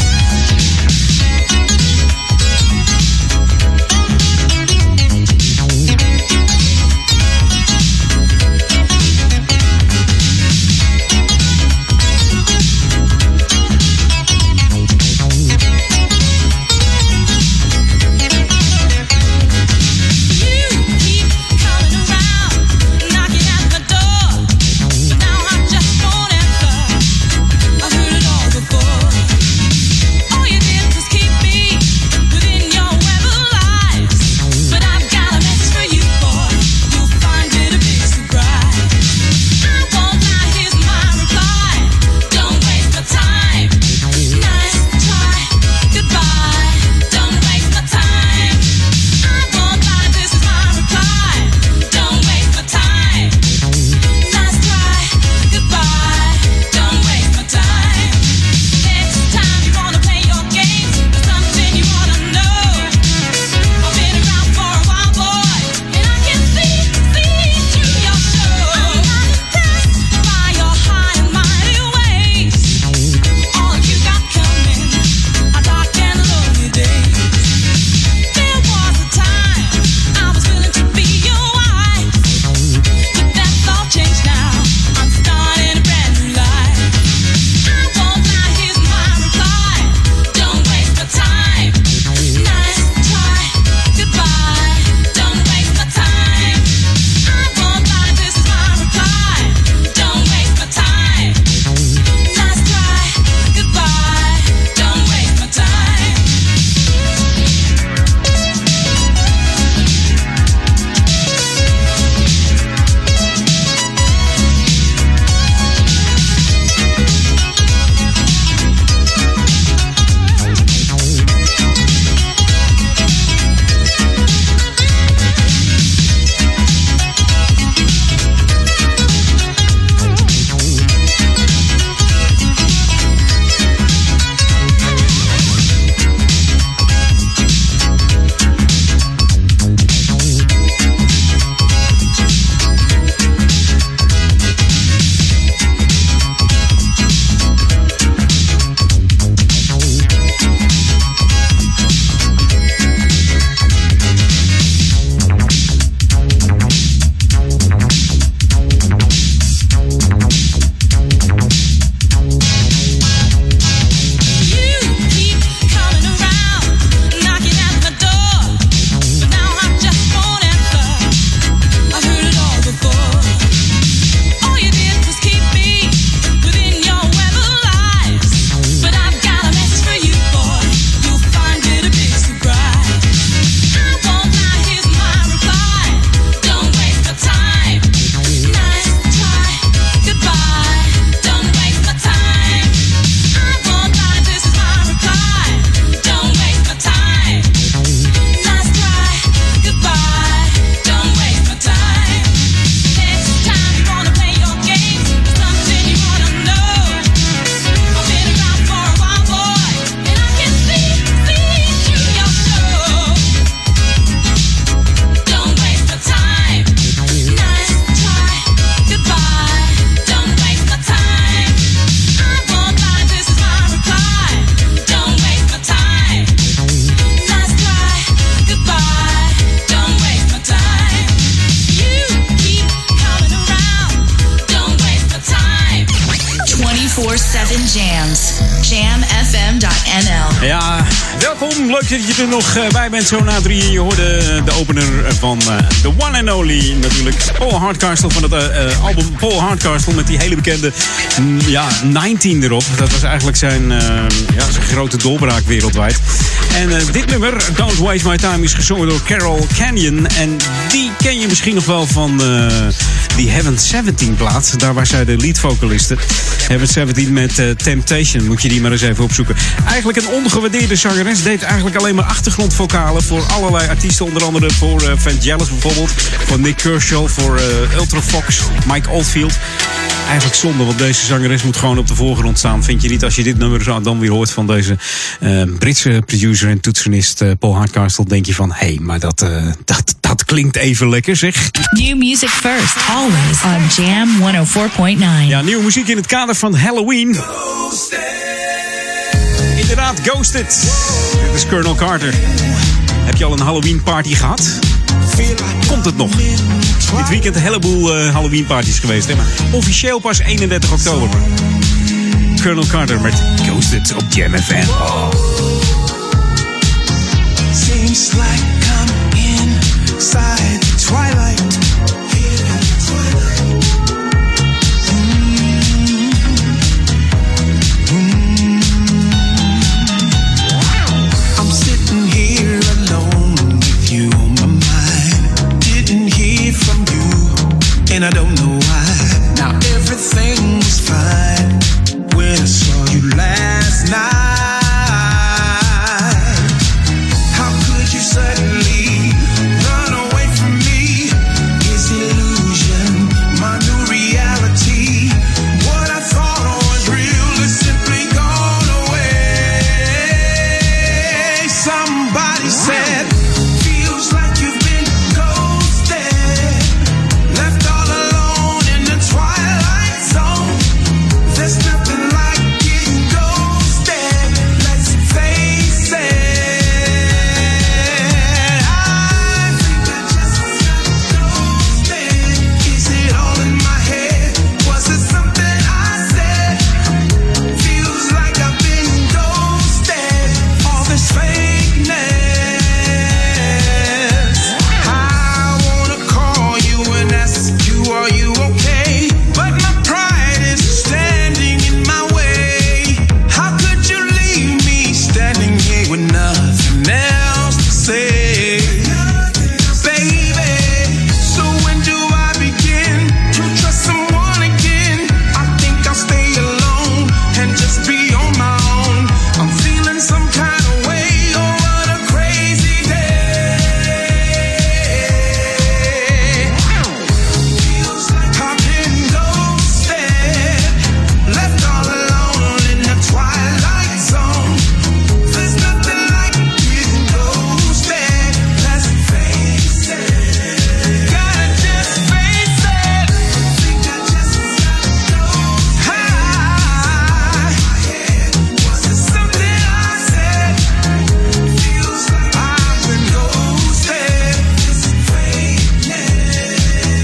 D: vierentwintig zeven jams. jam f m dot n l.
I: Ja, welkom. Leuk dat je er nog bij bent zo na drie. Je hoorde de opener van uh, The One and Only natuurlijk. Paul Hardcastle van het uh, album Paul Hardcastle met die hele bekende mm, ja, negentien erop. Dat was eigenlijk zijn, uh, ja, zijn grote doorbraak wereldwijd. En uh, dit nummer, Don't Waste My Time, is gezongen door Carol Canyon. En die ken je misschien nog wel van uh, die Heaven zeventien plaat. Daar waar zij de leadvocaliste. Heaven zeventien met uh, Temptation. Moet je die maar eens even opzoeken. Eigenlijk een ongewaardeerde zangeres. Deed eigenlijk alleen maar achtergrondvocalen voor allerlei artiesten. Onder andere voor uh, Vangelis bijvoorbeeld. Voor Nick Kershaw. Voor uh, Ultrafox. Mike Oldfield. Eigenlijk zonde, want deze zangeres moet gewoon op de voorgrond staan. Vind je niet, als je dit nummer zo dan weer hoort van deze uh, Britse producer en toetsenist uh, Paul Hardcastle, denk je van, hé, hey, maar dat, uh, dat, dat klinkt even lekker, zeg.
D: New music first, always on Jam honderdvier komma negen.
I: Ja, nieuwe muziek in het kader van Halloween. Ghosted. Inderdaad, Ghosted. Dit is Colonel Carter. Heb je al een Halloween party gehad? Komt het nog? Dit weekend een heleboel uh, Halloween parties geweest, hè? Maar officieel pas eenendertig oktober. Colonel Carter met Ghosted op Jam F M. Oh.
K: Seems like I'm inside the twilight. I'm sitting here alone with you on my mind. Didn't hear from you, and I don't know why. Now everything was fine when I saw you last night. How could you suddenly run away from me? Is illusion my new reality? What I thought was real is simply gone away. Somebody said, feels like you've been ghosted, left all alone in the twilight zone. There's nothing like getting ghosted, let's face it. I think I just got ghosted. Is it all in my head? Was it something I said? Feels like I've been ghosted. All this fakeness. I wanna call you and ask you, are you okay? But my pride is standing in my way. How could you leave me standing here with nothing else to say? Baby, so when do I begin to trust someone again? I think I'll stay alone and just be on my own. I'm feeling some kind of way. Oh, what a crazy day. Feels like I've been ghosted, left all alone in the twilight zone. There's nothing like getting ghosted. Let's face it. Gotta just face it. Think I just got ghosted. Was it something I said? Feels like I've been ghosted. This fakeness.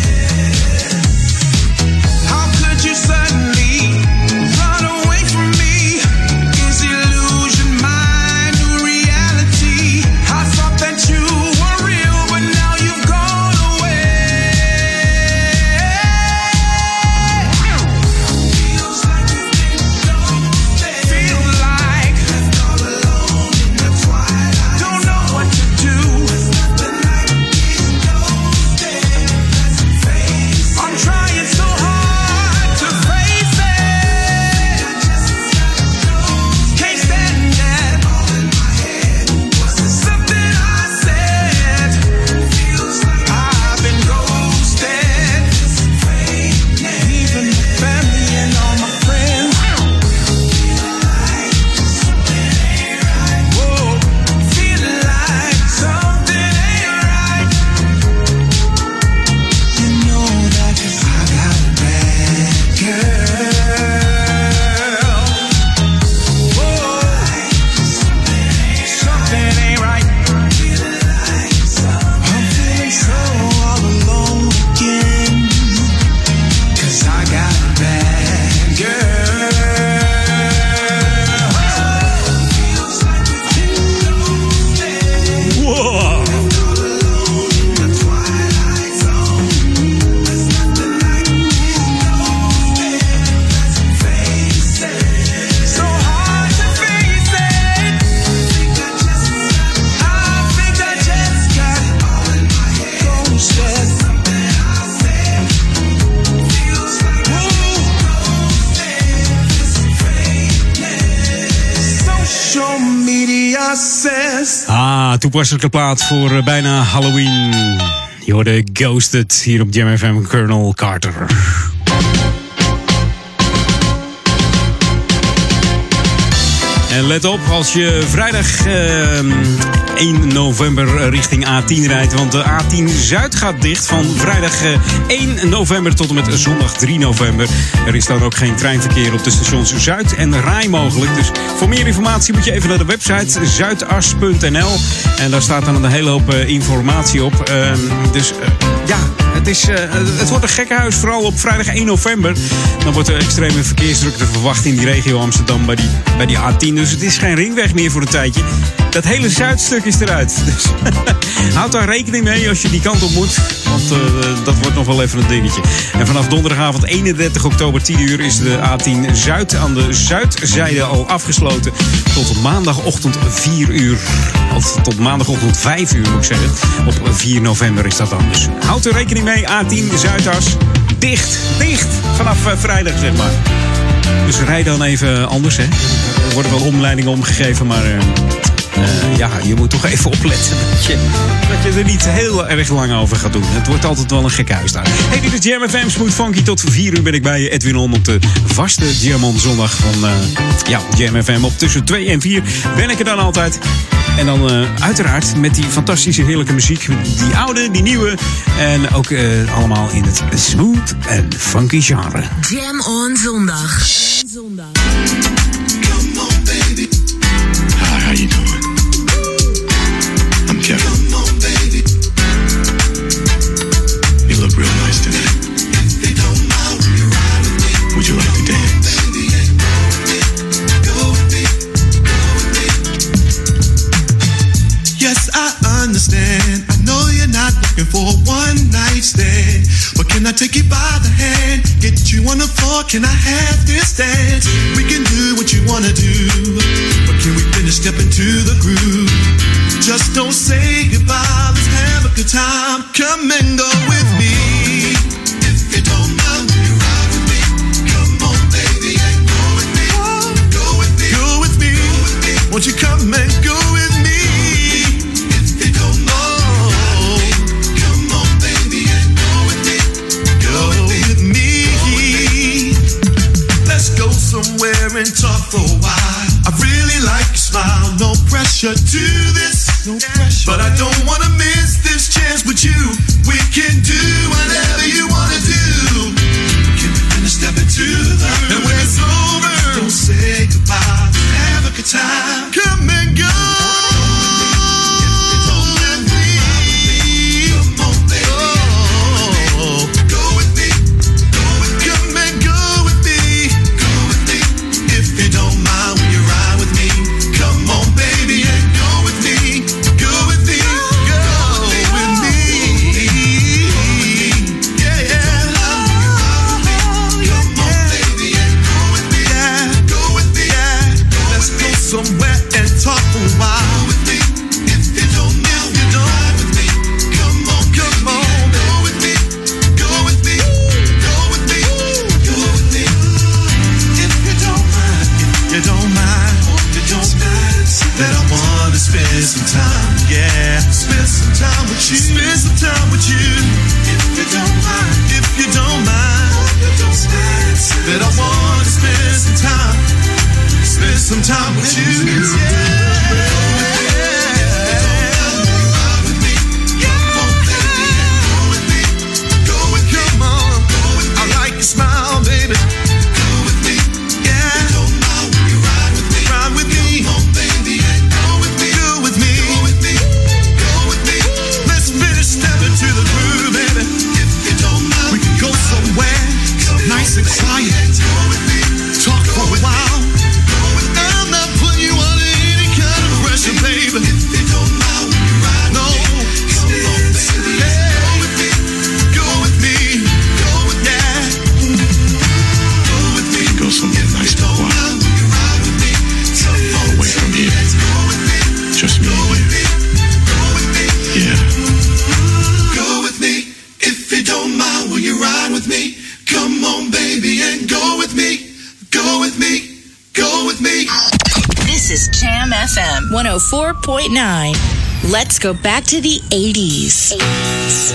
K: How could you suddenly run away from me? Is illusion my new reality? I thought that you were real, but now you've gone away. Feels like you've been ghosted. Feel like left all alone in the twilight. Don't know what to do. There's nothing like getting ghosted. Let's face it. I'm trying so hard to face it. Can't stand that. All in my head. Was it something I said? Feels like I've been ghosted. Even my family and all my friends. Whoa, feeling like something ain't right. You know that I got a bad girl. Whoa, something ain't right. I'm feeling so all alone again. 'Cause I got a bad girl. Feels like we've been ghosted.
I: Wow.
K: In the twilight zone. There's nothing like getting ghosted. Let's face it. So hard to face it. Think I just got, I think I just got all in my head. Ghosted. Something I said. Feels like I've been ghosted. This fakeness. Social media says.
I: Ah, toepasselijke plaat voor uh, bijna Halloween. Je hoorde Ghosted hier op Jam F M, Colonel Carter. En let op, als je vrijdag uh, één november richting A tien rijdt. Want de A tien Zuid gaat dicht van vrijdag uh, één november tot en met zondag drie november. Er is dan ook geen treinverkeer op de stations Zuid en Rai mogelijk. Dus voor meer informatie moet je even naar de website zuidas punt n l. En daar staat dan een hele hoop uh, informatie op. Uh, dus uh, ja, het, is, uh, het wordt een gekkenhuis. Vooral op vrijdag één november. Dan wordt er extreme verkeersdrukte verwacht in die regio Amsterdam bij die, bij die A tien. Dus het is geen ringweg meer voor een tijdje. Dat hele Zuidstuk is eruit. Dus houd daar rekening mee als je die kant op moet. Want uh, dat wordt nog wel even een dingetje. En vanaf donderdagavond eenendertig oktober tien uur is de A tien Zuid aan de zuidzijde al afgesloten. Tot maandagochtend vier uur. Of tot maandagochtend vijf uur moet ik zeggen. Op vier november is dat dan. Dus houd er rekening mee. A tien Zuidas. Dicht. Dicht. Vanaf uh, vrijdag zeg maar. Dus rij dan even anders hè. Er worden wel omleidingen omgegeven, maar... Uh, Uh, ja, je moet toch even opletten dat je, dat je er niet heel erg lang over gaat doen. Het wordt altijd wel een gek huis daar. Hey, dit is Jam F M, Smooth Funky. Tot vier uur ben ik bij je, Edwin On, op de vaste Jam On zondag van uh, ja, Jam F M. Op tussen twee en vier ben ik er dan altijd. En dan uh, uiteraard met die fantastische heerlijke muziek. Die oude, die nieuwe. En ook uh, allemaal in het smooth en funky genre.
B: Jam On zondag.
K: Come on, baby. Hi, how you doing? I'm Kevin. Come on, baby. You look real nice tonight. If you don't mind, you ride with me. Would you like to dance? Baby, go with me, go with me, go with me. Yes, I understand. I know you're not looking for a one night stand. But can I take you by the hand? Get you on the floor, can I have this dance? We can do what you wanna do. But can we finish stepping to the groove? Just don't say goodbye, let's have a good time. Come and go with me. If you don't mind, you ride with me. Come on, baby, and go with me. Go with me, go with me. Won't you come and go with me? If you don't mind, come on, baby, and go with me. Go with me. Let's go somewhere and talk for a while. I really like your smile, no pressure to this. No pressure. But I don't wanna miss this chance with you. We can do whatever you wanna do. Can we finish stepping to the room? And when it's over, don't say goodbye. Have a good time. Come and go. Spend some time, yeah. Spend some time with you. Spend some time with you. If you don't mind, if you don't mind, that I want to spend some time, spend some time with you, yeah. Smile, baby. Go with me, yeah. You don't mind when you ride with me. Ride with me, come on, baby, and go with me. Go with me, go with me, go with me. Let's finish stepping to the groove, baby. If you don't mind, we can go somewhere nice and quiet. Go with me, talk for a while. I'm not putting you under any kind of pressure, baby. If you don't mind when you ride with me, come on, baby, go with me, go with me, go with me. Go somewhere nice and quiet. Away from here. Just me and you. Yeah. Go with me. If you don't mind, will you ride with me? Come on, baby, and go with me. Go with me. Go with me.
B: This is Jam F M one oh four point nine. Let's go back to the eighties. eighties.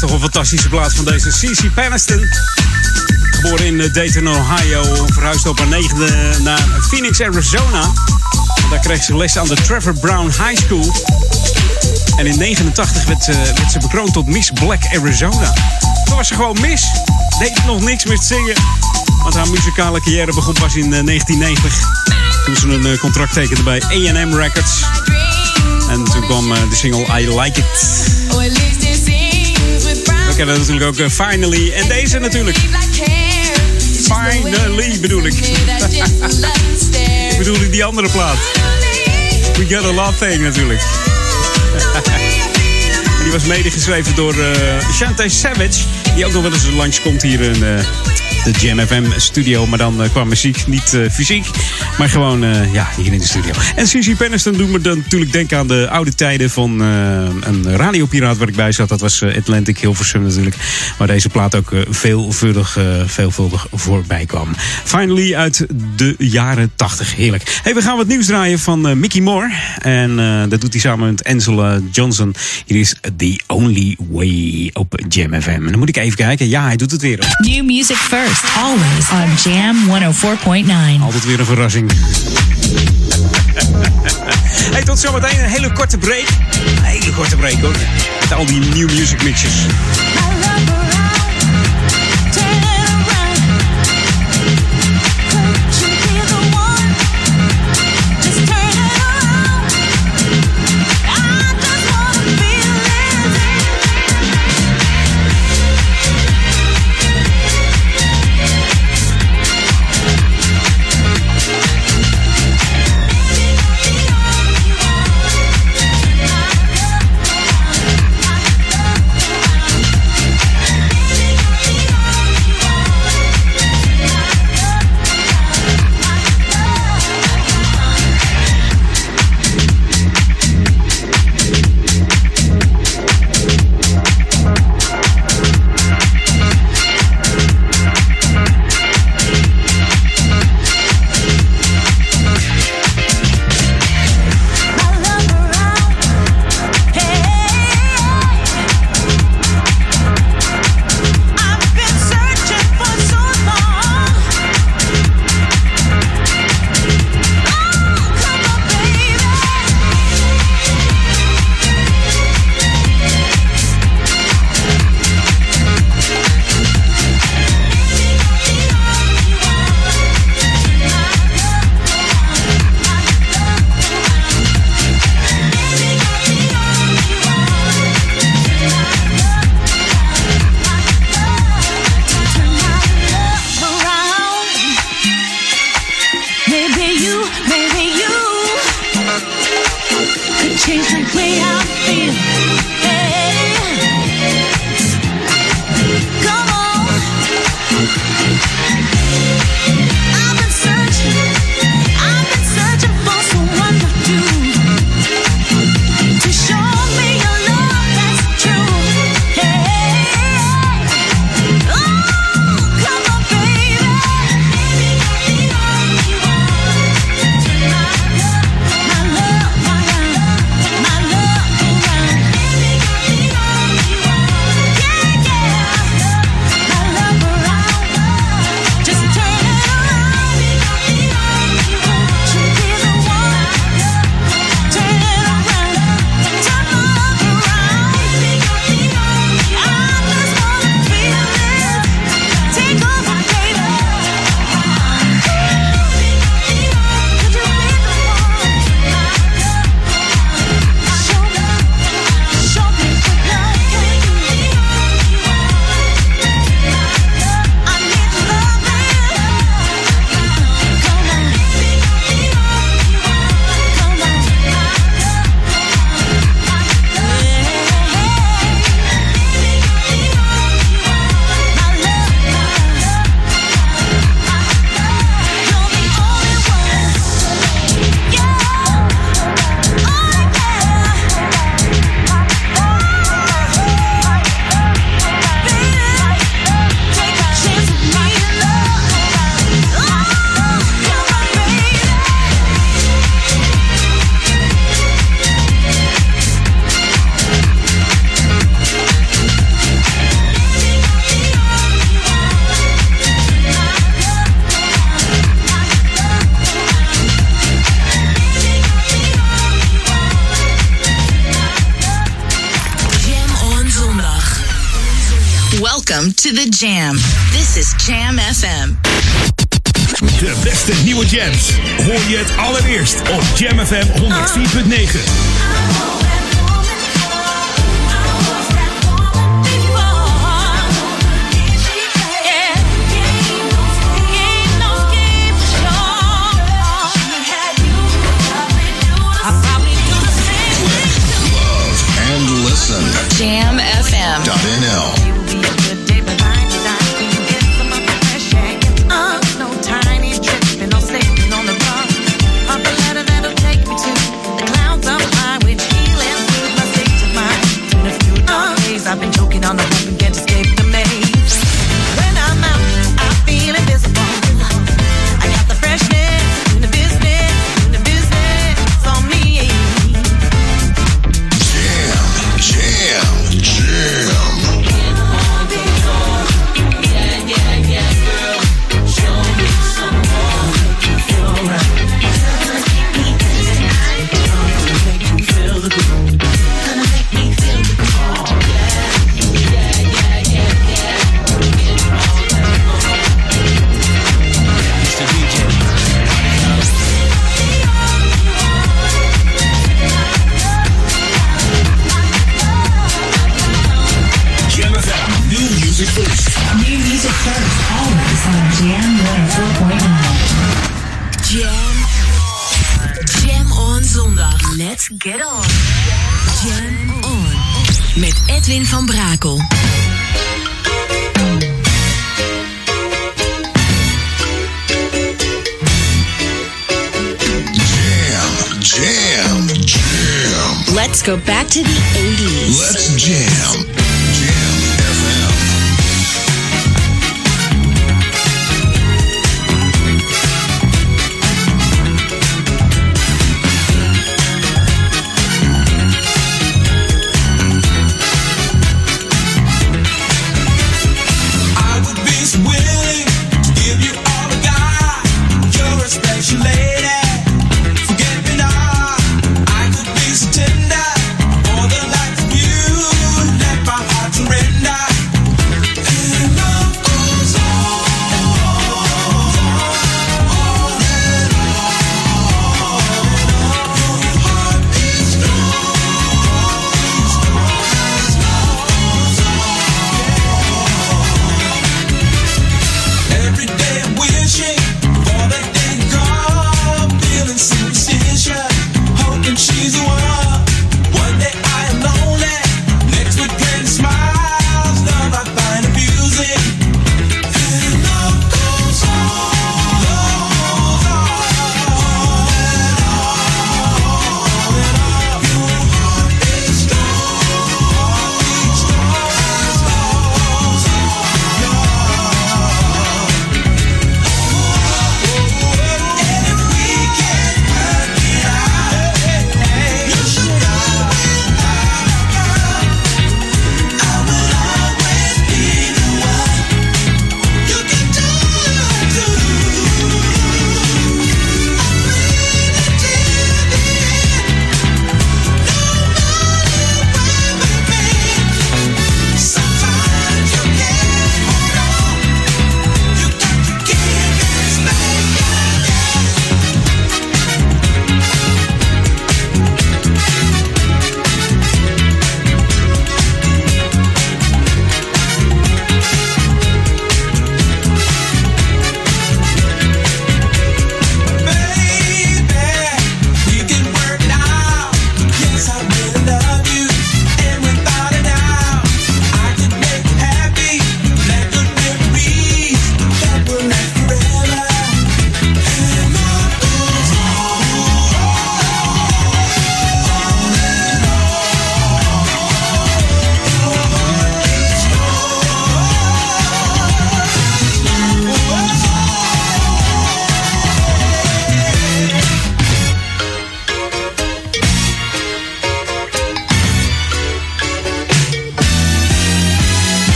I: toch een fantastische plaats van deze C C Peniston. Geboren in Dayton, Ohio. Verhuisd op haar negende naar Phoenix, Arizona. En daar kreeg ze les aan de Trevor Brown High School. En in negenentachtig werd, uh, werd ze bekroond tot Miss Black Arizona. Toen was ze gewoon Miss. Deed nog niks meer te zingen. Want haar muzikale carrière begon pas in uh, negentien negentig. Toen ze een uh, contract tekende bij A en M Records. En toen kwam uh, de single I Like It. We kennen natuurlijk ook uh, Finally. En deze natuurlijk. Finally bedoel ik. Ik bedoel ik die andere plaat. We Got a Love Thing natuurlijk. En die was mede geschreven door uh, Shantae Savage. Die ook nog wel eens langs komt hier in uh, de Jam F M studio. Maar dan uh, qua muziek, niet uh, fysiek. Maar gewoon uh, ja, hier in de studio. En C C Peniston doet me dan natuurlijk denken aan de oude tijden van uh, een radiopiraat waar ik bij zat. Dat was uh, Atlantic Hilversum natuurlijk. Waar deze plaat ook uh, veelvuldig, uh, veelvuldig voorbij kwam. Finally uit de jaren tachtig. Heerlijk. Hey, we gaan wat nieuws draaien van uh, Mickey Moore. En uh, dat doet hij samen met Angela Johnson. Hier is The Only Way op Jam F M. En dan moet ik even kijken. Ja, hij doet het weer.
D: New music first, always on Jam honderdvier komma negen.
I: Altijd weer een verrassing. Hey, tot zometeen een hele korte break. Een hele korte break hoor. Met al die new music mixes.
H: My love
D: Welcome to the Jam. This is Jam F M.
A: De beste nieuwe jams hoor je het allereerst op Jam F M honderd vier punt negen.
D: Jam F M.
J: .nl. I've been choking on the hope and can't escape the maze. When I'm out, I feel invisible. I got the freshness, in the business, in the business on me.
M: Jam, jam, jam.
J: Yeah, yeah, yeah, girl. Show me some more. Make you feel right. Gonna make me dance tonight. Gonna make you feel the groove. Gonna make me feel the groove.
D: First. New music first, always on Jam one oh four point nine. Jam. Jam on zondag. Let's get on. Jam on. Met Edwin van Brakel.
M: Jam, jam, jam.
B: Let's go back to the eighties.
M: Let's jam.
K: Forget me not. I could be so tender, all the life of you. Let my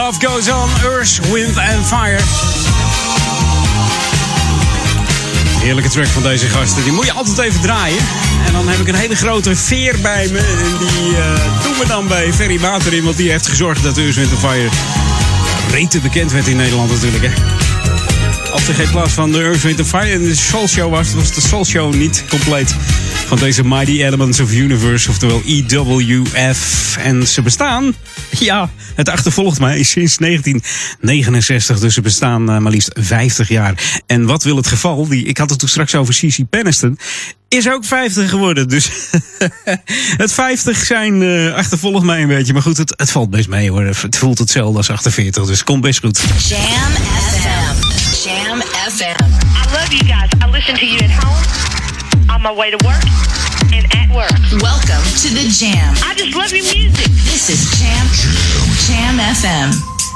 I: Love Goes On, Earth, Wind and Fire. Heerlijke track van deze gasten. Die moet je altijd even draaien. En dan heb ik een hele grote veer bij me. En die uh, doen we dan bij Ferry Mater in. Want die heeft gezorgd dat Earth, Wind and Fire rete bekend werd in Nederland natuurlijk. Hè. Als er geen plaats van de Earth, Wind and Fire in de Soul Show was, was de Soul Show niet compleet. Van deze Mighty Elements of Universe, oftewel E W F. En ze bestaan, ja, het achtervolgt mij sinds negentien negenenzestig. Dus ze bestaan uh, maar liefst vijftig jaar. En wat wil het geval? Die, ik had het toen straks over C C Peniston. Is ook vijftig geworden. Dus het vijftig zijn uh, achtervolgt mij een beetje. Maar goed, het, het valt best mee hoor. Het voelt hetzelfde als achtenveertig. Dus het komt best goed.
B: Jam F M. Jam F M.
T: I love you guys. I listen to you at home, on my way to work, and at work.
B: Welcome to the Jam.
T: I just love your music.
B: This is Jam, Jam F M.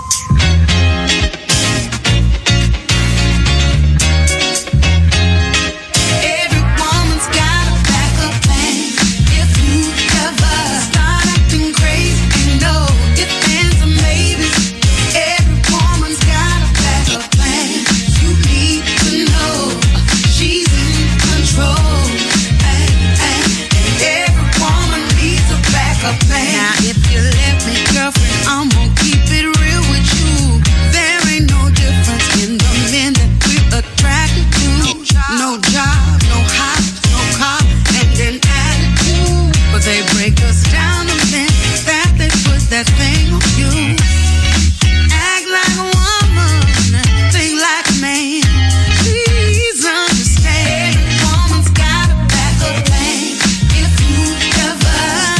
K: Now if you let me, girlfriend, I'm gonna keep it real with you. There ain't no difference in the men that we're attracted to. No job, no house, no car, and an attitude. But they break us down the minute that they put that thing on you. Act like a woman, think like a man. Please understand, woman's got a backup plan. If you ever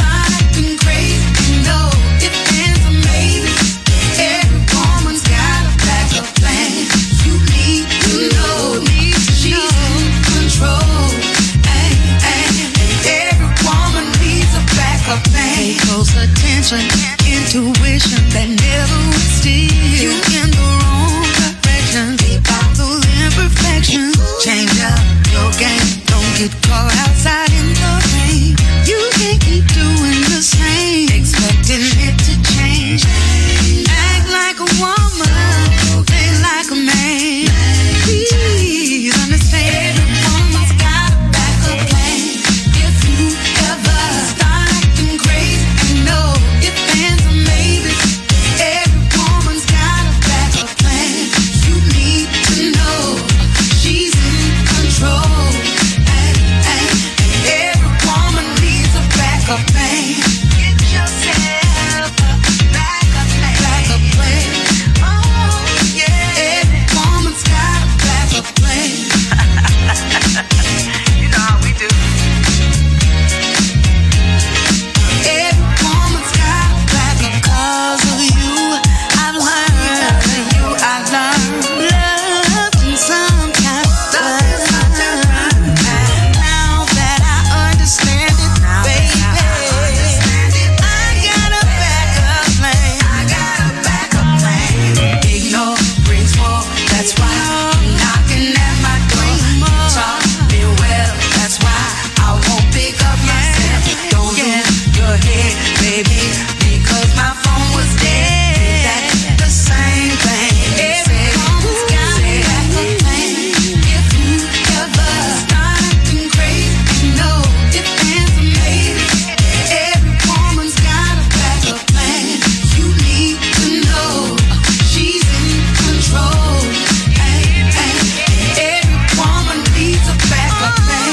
K: pay close attention, intuition that never would steer you in the wrong direction. Keep out those imperfections. Change up your game. Don't get caught outside in the rain. You can't keep doing the same, expecting it to change. Act like a woman, think like a man. Please understand. Every woman's got a backup plan. If you ever start acting crazy, you know if fans or maybe. Every woman's got a backup plan. You need to know she's in control. And, and, and every woman needs a backup plan. Get yourself a backup plan. Backup plan. Oh yeah. Every woman's got a backup plan. You know how we do. Every woman's got a backup. Because of you, I've learned. Because of you, I learned. Love can sometimes burn. Now that I understand it, baby, I got a backup plan. I got a backup plan. Ignore brings more. That's why you're knocking at my door. Talk me well. That's why I won't pick up myself. Don't lose your head, baby, because my phone was dead. That's the same thing. Every woman's got a backup plan. If you ever start acting crazy, you know if fans are made. Every woman's got a backup plan. You need to know she's in control. Ay, ay, every woman needs a backup plan.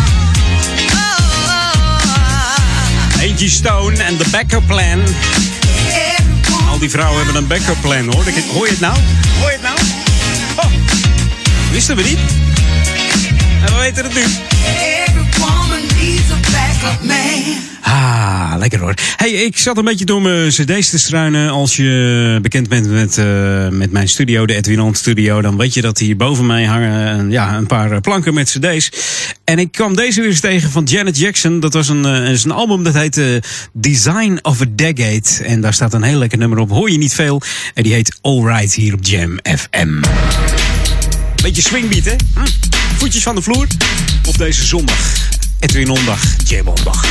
I: Angie Stone en de Backup Plan. Al die vrouwen hebben een backup plan, hoor. Hoor je het nou? Hoor je het nou? Oh, wisten we niet? En we weten het nu.
K: Every woman needs a backup man.
I: Ah, lekker hoor. Hey, ik zat een beetje door mijn cd's te struinen. Als je bekend bent met, uh, met mijn studio, de Edwin On Studio, dan weet je dat hier boven mij hangen uh, ja, een paar planken met cd's. En ik kwam deze weer eens tegen van Janet Jackson. Dat was een, uh, is een album dat heet uh, Design of a Decade. En daar staat een heel lekker nummer op. Hoor je niet veel. En die heet Alright hier op Jam F M. Beetje swingbeat, hè? Hm. Voetjes van de vloer. Op deze zondag. Edwin On-dag. Jam On-dag.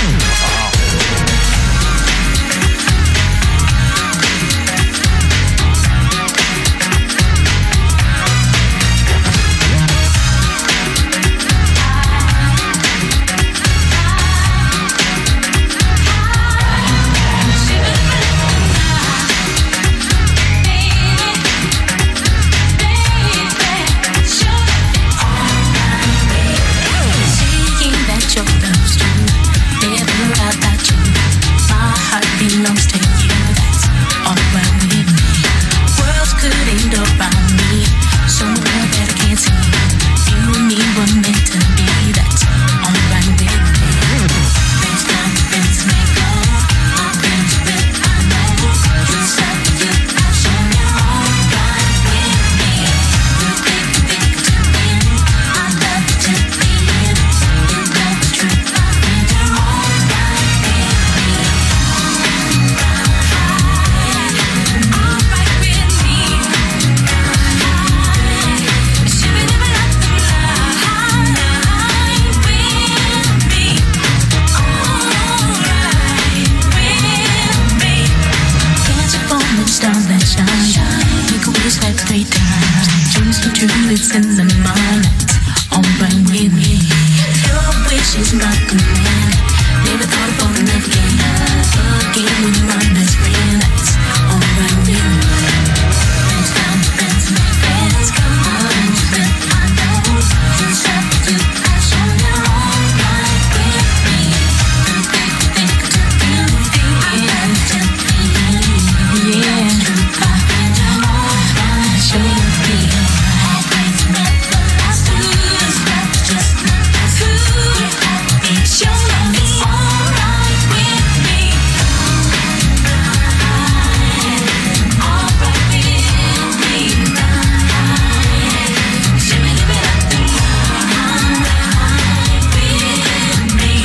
H: she's not gonna win. Never thought of falling up again. Again when you're my best friend. It's alright with me. Friends found friends, my friends. Come on, friend, I know you have to have some your own right with me. Don't think, think, think, think, think, think, think, yeah. My friends, I know I should be alright. Friends never last. Who's that just not who? Show love, it's alright with me. Alright with me. Should we live it up? Alright with me.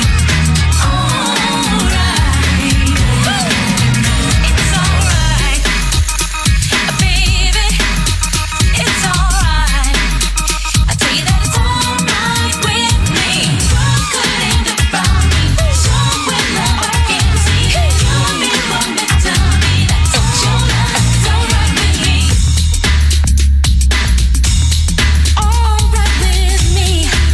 H: Alright. It's alright, baby. It's alright. I tell you that it's alright with me. What could end up about me? Somewhere love I can see. You'll be the one that tell me that your love is alright with me. Alright with me.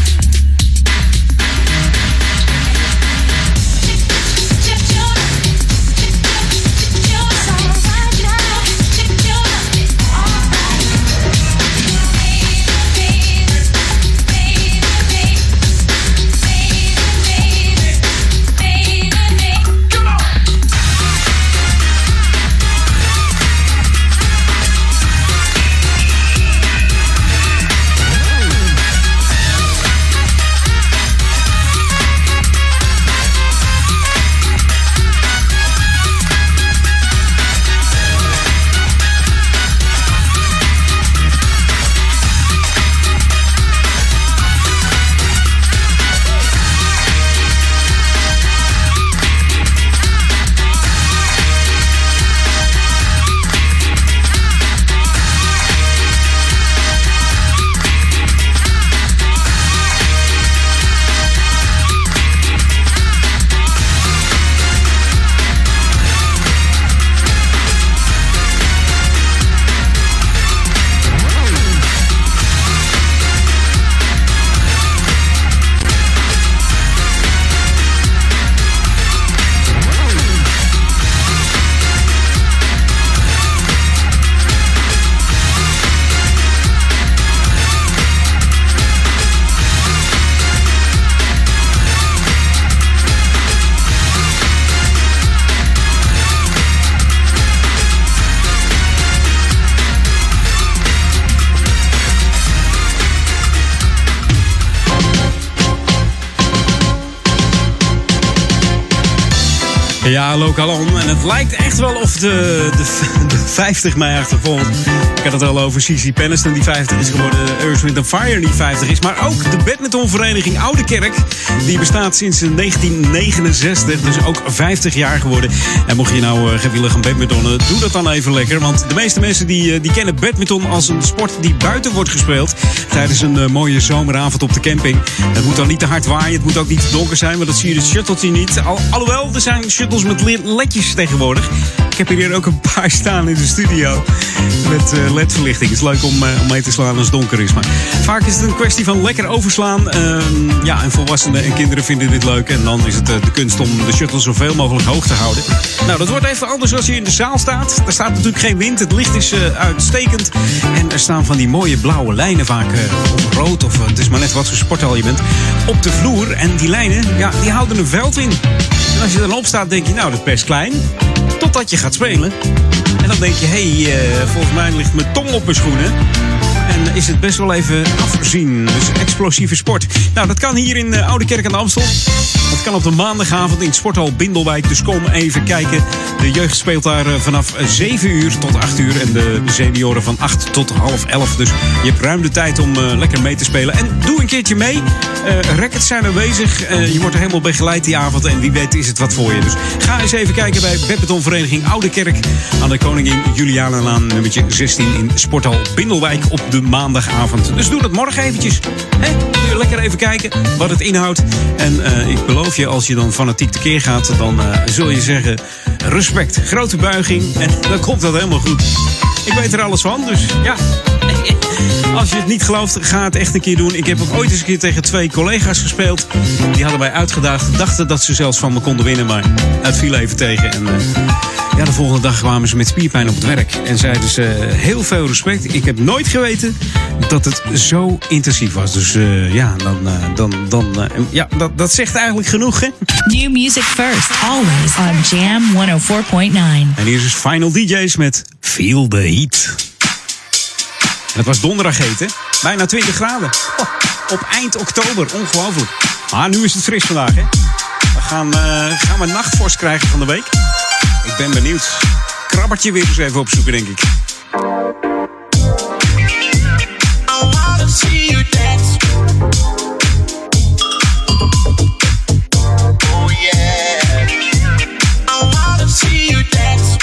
I: Ja, Lokalon. En het lijkt echt wel of de, de, de vijftig mij achtervolgt. Ik had het al over C C Peniston die vijftig is geworden. Earth, Wind and Fire die vijftig is. Maar ook de badmintonvereniging Oude Kerk. Die bestaat sinds negentien negenenzestig. Dus ook vijftig jaar geworden. En mocht je nou uh, willen gaan badmintonnen, doe dat dan even lekker. Want de meeste mensen die, uh, die kennen badminton als een sport die buiten wordt gespeeld. Tijdens een uh, mooie zomeravond op de camping. Het moet dan niet te hard waaien. Het moet ook niet te donker zijn. Want dat zie je het shutteltje niet. Al, alhoewel, er zijn shuttles met ledjes tegenwoordig. Ik heb hier ook een paar staan in de studio. Met uh, ledverlichting. Het is leuk om, uh, om mee te slaan als het donker is. Maar vaak is het een kwestie van lekker overslaan. Uh, ja, en volwassenen en kinderen vinden dit leuk. En dan is het uh, de kunst om de shuttle zoveel mogelijk hoog te houden. Nou, dat wordt even anders als je in de zaal staat. Er staat natuurlijk geen wind. Het licht is uh, uitstekend. En er staan van die mooie blauwe lijnen vaak. Uh, of rood. Of uh, het is maar net wat voor sporthal je bent. Op de vloer. En die lijnen, ja, die houden een veld in. En als je dan opstaat, denk je, nou, dat is best klein. Totdat je gaat spelen. En dan denk je, hé, hey, uh, volgens mij ligt mijn tong op mijn schoenen. En is het best wel even afgezien. Dus explosieve sport. Nou, dat kan hier in uh, Oude Kerk aan de Amstel. Dat kan op de maandagavond in het sporthal Bindelwijk. Dus kom even kijken. De jeugd speelt daar uh, vanaf zeven uur tot acht uur. En de senioren van acht tot half elf. Dus je hebt ruim de tijd om uh, lekker mee te spelen. En doe een keertje mee. Uh, rackets zijn aanwezig. Uh, je wordt er helemaal begeleid die avond. En wie weet is het wat voor je. Dus ga eens even kijken bij badmintonvereniging Oude Kerk. Aan de Koningin Julianalaan nummertje zestien in sporthal Bindelwijk op de maandagavond. Dus doe dat morgen eventjes. Hè? Doe je lekker even kijken wat het inhoudt. En uh, ik beloof je, als je dan fanatiek tekeer gaat, dan uh, zul je zeggen respect. Grote buiging. En dan komt dat helemaal goed. Ik weet er alles van, dus ja. Als je het niet gelooft, ga het echt een keer doen. Ik heb ook ooit eens een keer tegen twee collega's gespeeld. Die hadden mij uitgedaagd. Dachten dat ze zelfs van me konden winnen, maar het viel even tegen. En uh, ja, de volgende dag kwamen ze met spierpijn op het werk. En zeiden ze, uh, heel veel respect. Ik heb nooit geweten dat het zo intensief was. Dus uh, ja, dan, uh, dan, dan, uh, ja dat, dat zegt eigenlijk genoeg, hè?
D: New music first, always on Jam honderdvier komma negen.
I: En hier is dus Final D J's met Feel the Heat. En het was donderdag heet, hè? Bijna twintig graden. Oh, op eind oktober, ongelooflijk. Maar nu is het fris vandaag, hè? We gaan, uh, gaan we nachtvorst krijgen van de week. Ik ben benieuwd. Krabbertje weer eens even opzoeken, denk ik.
K: I wanna see you dance. Oh yeah. I wanna see you dance.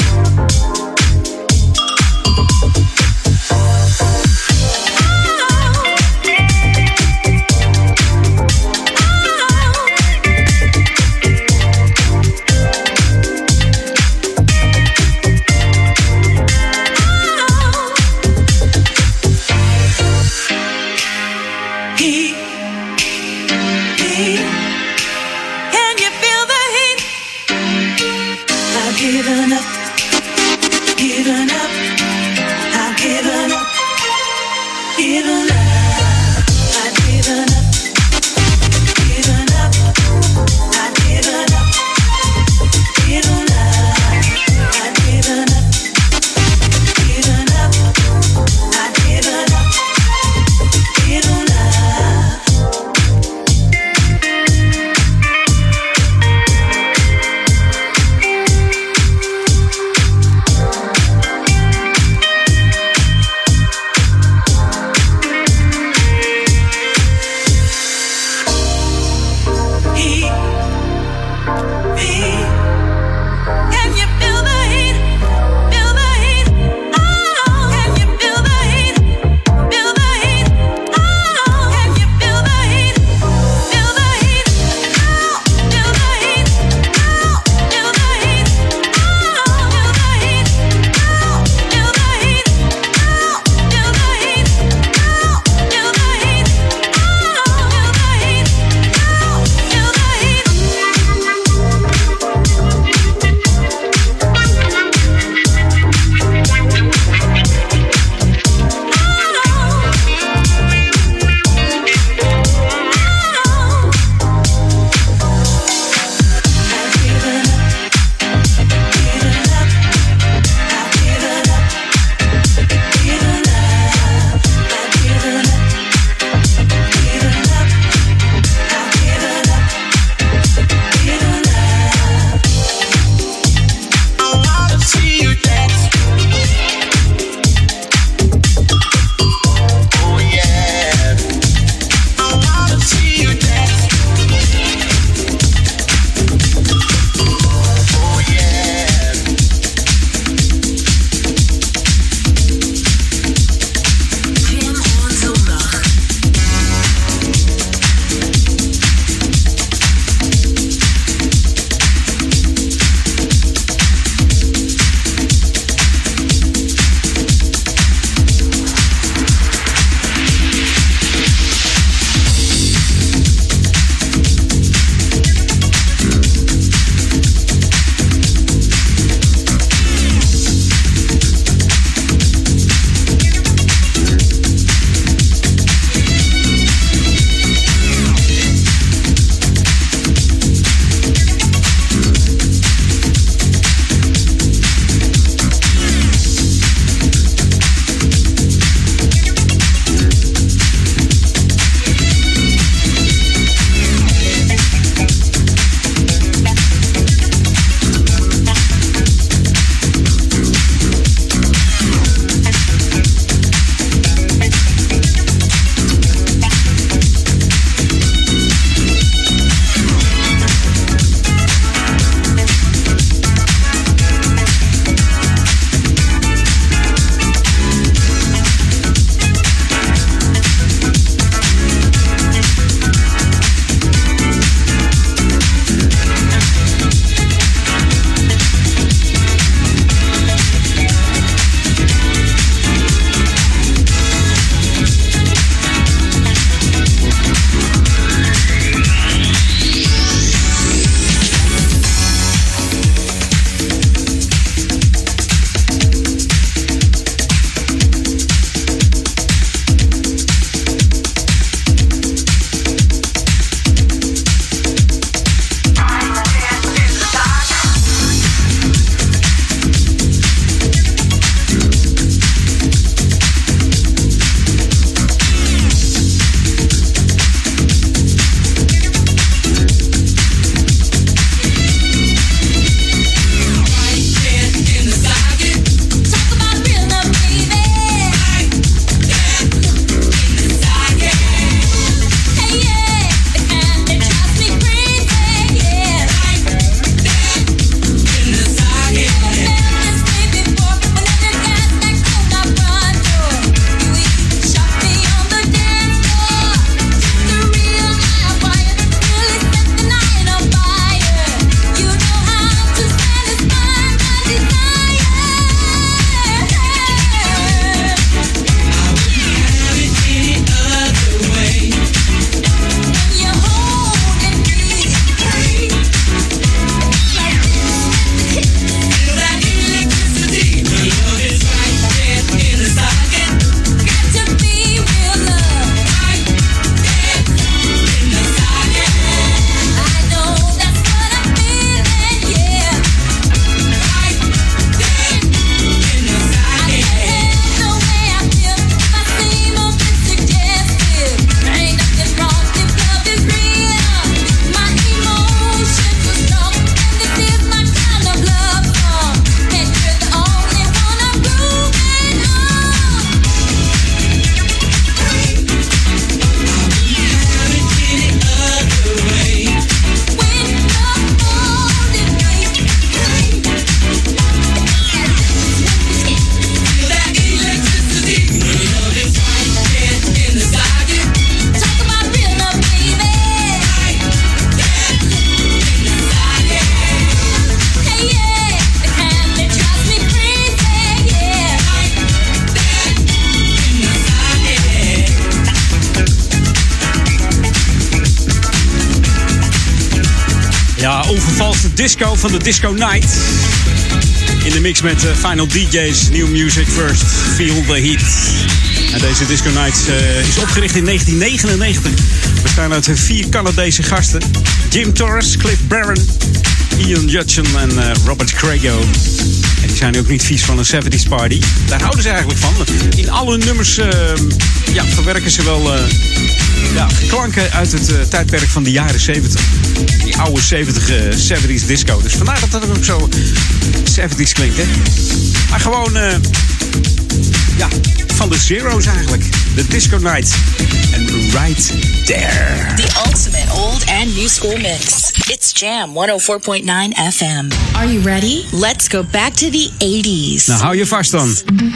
C: Given up, given up, I've given up, given up, I've given up, given up, I've given up, given up, I've given up, given up, I've given up, given up.
I: Ja, onvervalste disco van de Disco Night. In de mix met uh, Final D J's, New Music First, Feel the Heat. En deze Disco Night uh, is opgericht in negentien negenennegentig. We staan uit vier Canadese gasten. Jim Torres, Cliff Barron, Ian Judson en uh, Robert Crago. En die zijn ook niet vies van een zeventies party. Daar houden ze eigenlijk van. In alle nummers uh, ja, verwerken ze wel uh, ja, klanken uit het uh, tijdperk van de jaren zeventig. Die oude zeventig, uh, zeventies disco. Dus vandaar dat dat ook zo zeventies klinkt, hè. Maar gewoon, uh, ja, van de Zero's eigenlijk. De Disco Night. En Right There.
B: The ultimate old and new school mix. It's Jam honderdvier komma negen F M. Are you ready? Let's go back to the eighties.
I: Nou, hou je vast dan.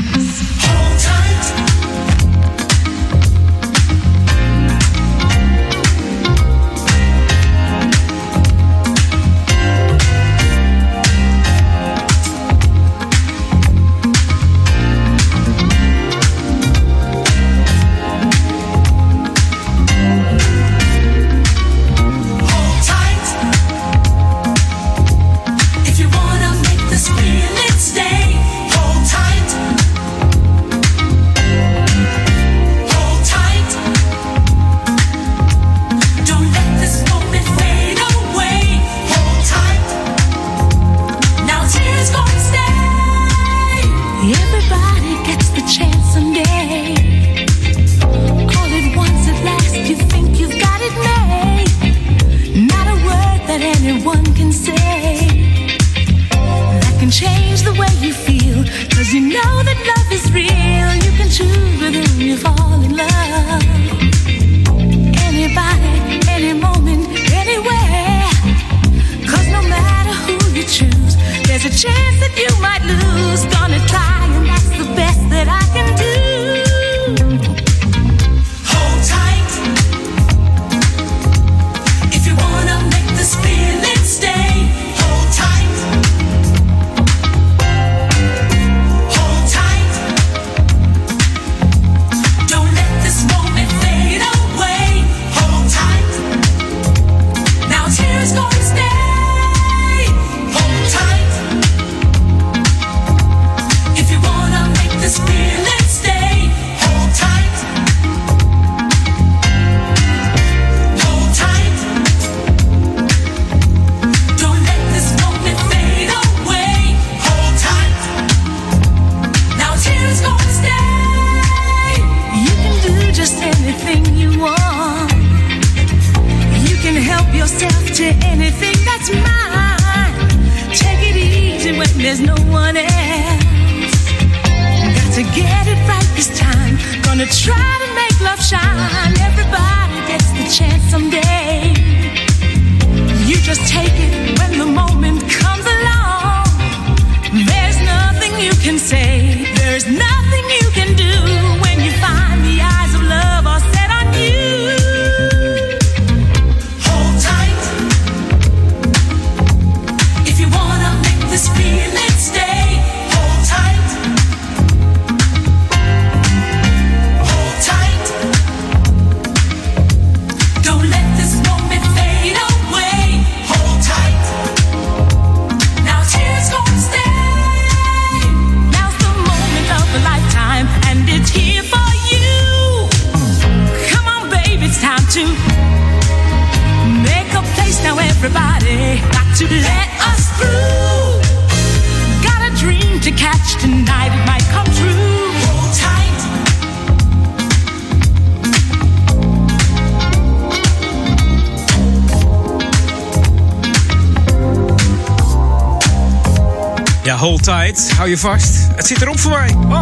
I: Hold tight, hou je vast. Het zit erop voor mij. Oh.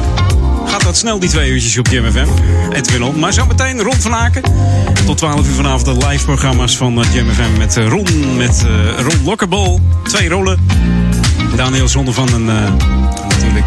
I: Gaat dat snel, die twee uurtjes op Jam F M. Edwin On. Maar zometeen Ron van Aken. Tot twaalf uur vanavond de live programma's van Jam F M. Met Ron, met uh, Ron Lokkerbol. Twee rollen. Daniel Zondervan en uh, natuurlijk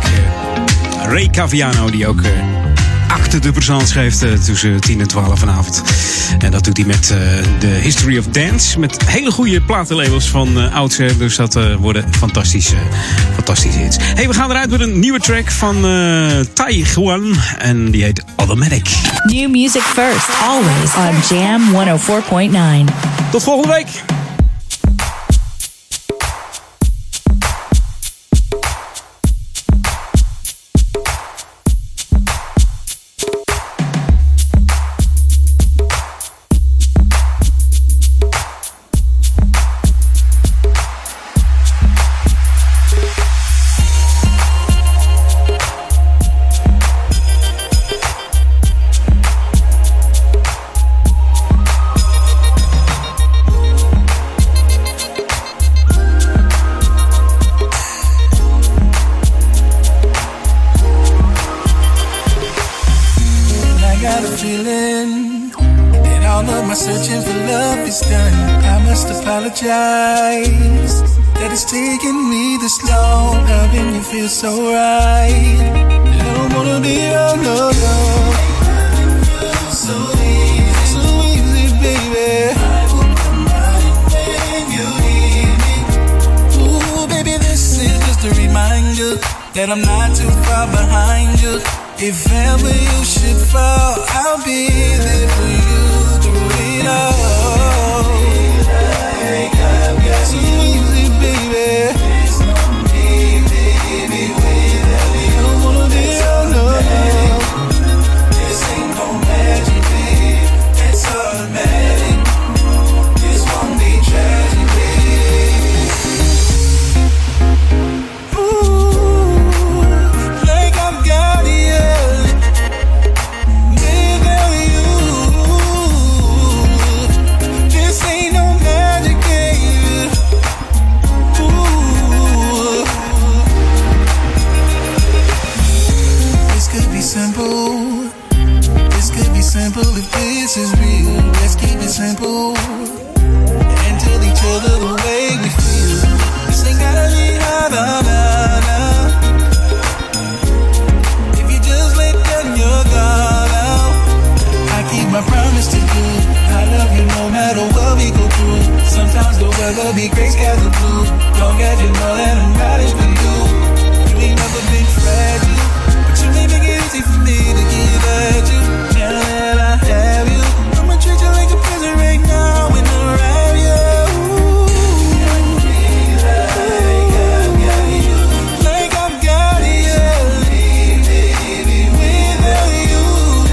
I: uh, Ray Caviano, die ook uh, achter de persoon schreef uh, tussen tien en twaalf vanavond. En dat doet hij met uh, de History of Dance. Met hele goede platenlabels van uh, oudsher. Dus dat uh, worden fantastische, fantastische hits. Hey, we gaan eruit met een nieuwe track van uh, Taïwan. En die heet Automatic.
B: New music first, always on Jam honderdvier komma negen.
I: Tot volgende week.
K: apologize that it's taking me this long. Having you feel so right. I don't wanna be alone. So easy, so easy, baby. I will come running when you need me. Ooh, baby, this is just a reminder that I'm not too far behind you. If ever you should fall, I'll be there for you through it all. Like I've got so easy, baby. It's on me, baby, without you. I don't wanna be alone. This ain't no magic, babe. It's automatic. This won't be tragic, babe. Ooh, like I've got you. Without you, this ain't no magic, babe. Ooh, this could be simple. This could be simple if this is real. Let's keep it simple and tell each other the way we feel. This ain't gotta be hard, nah, nah, nah. If you just let down your guard out, I keep my promise to you. I love you no matter what we go through. Sometimes the weather be gray skies are blue. Long as you know that I'm riding for you. You ain't never been fragile, but you may make it easy for me to give at you. Now that I have you, I'ma treat you like a present right now when I have you. Like I've got you, baby, without you.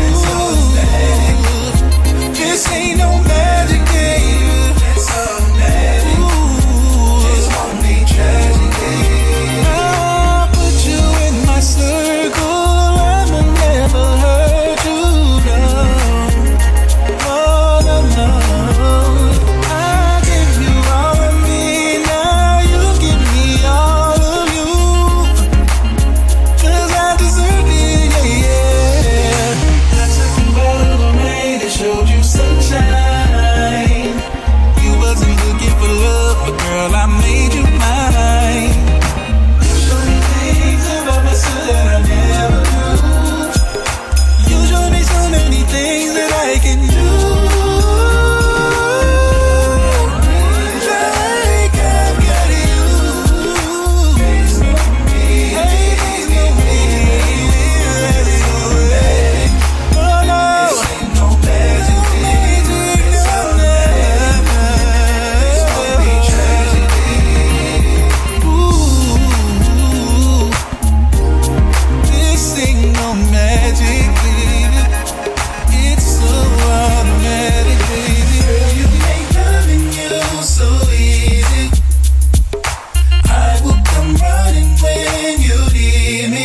K: This ain't no magic, babe. It's automatic. This won't be tragic, babe. I'll put you in my circle. I will never hurt you, no. Oh, no, no. I give you all of me, now you give me all of you. 'Cause I deserve it, yeah, yeah. I took you out of the rain that showed you sunshine. You wasn't looking for love, but girl, I made you mine. You showed me things about myself that I never knew. You showed me so many things that I can do. Like I've got you. There's no me, there's no me, there's no way. Oh no, this ain't no magic, it's automatic. This won't be tragic. Ooh, this ain't no magic, baby. It's so automatic, baby. Girl, you make loving you so easy. I will come running when you need me.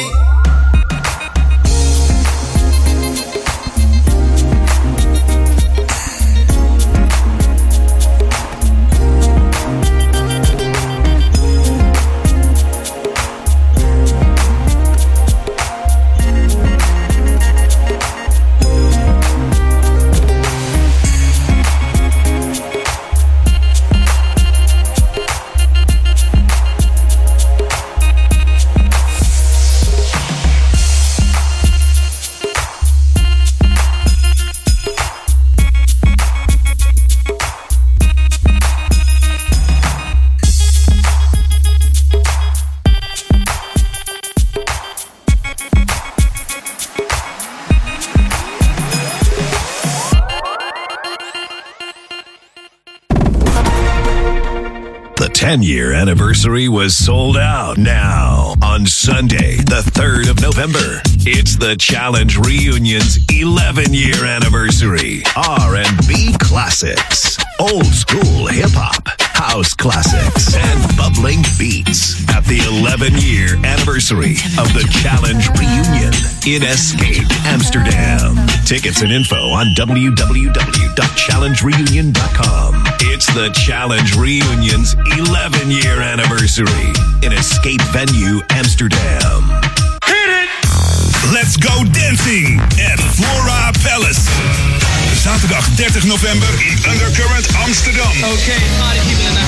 O: The ten-year anniversary was sold out. Now, on Sunday, the third of November, it's the Challenge Reunion's eleven-year anniversary. R and B classics, old school hip-hop, house classics, and bubbling beats at the eleven-year anniversary of the Challenge Reunion in Escape, Amsterdam. Tickets and info on w w w dot challenge reunion dot com. It's the Challenge Reunion's eleven-year anniversary in Escape Venue, Amsterdam.
A: Hit it! Let's go dancing at Flora Palace. Zaterdag dertig november in Undercurrent Amsterdam.
P: Okay, party people in the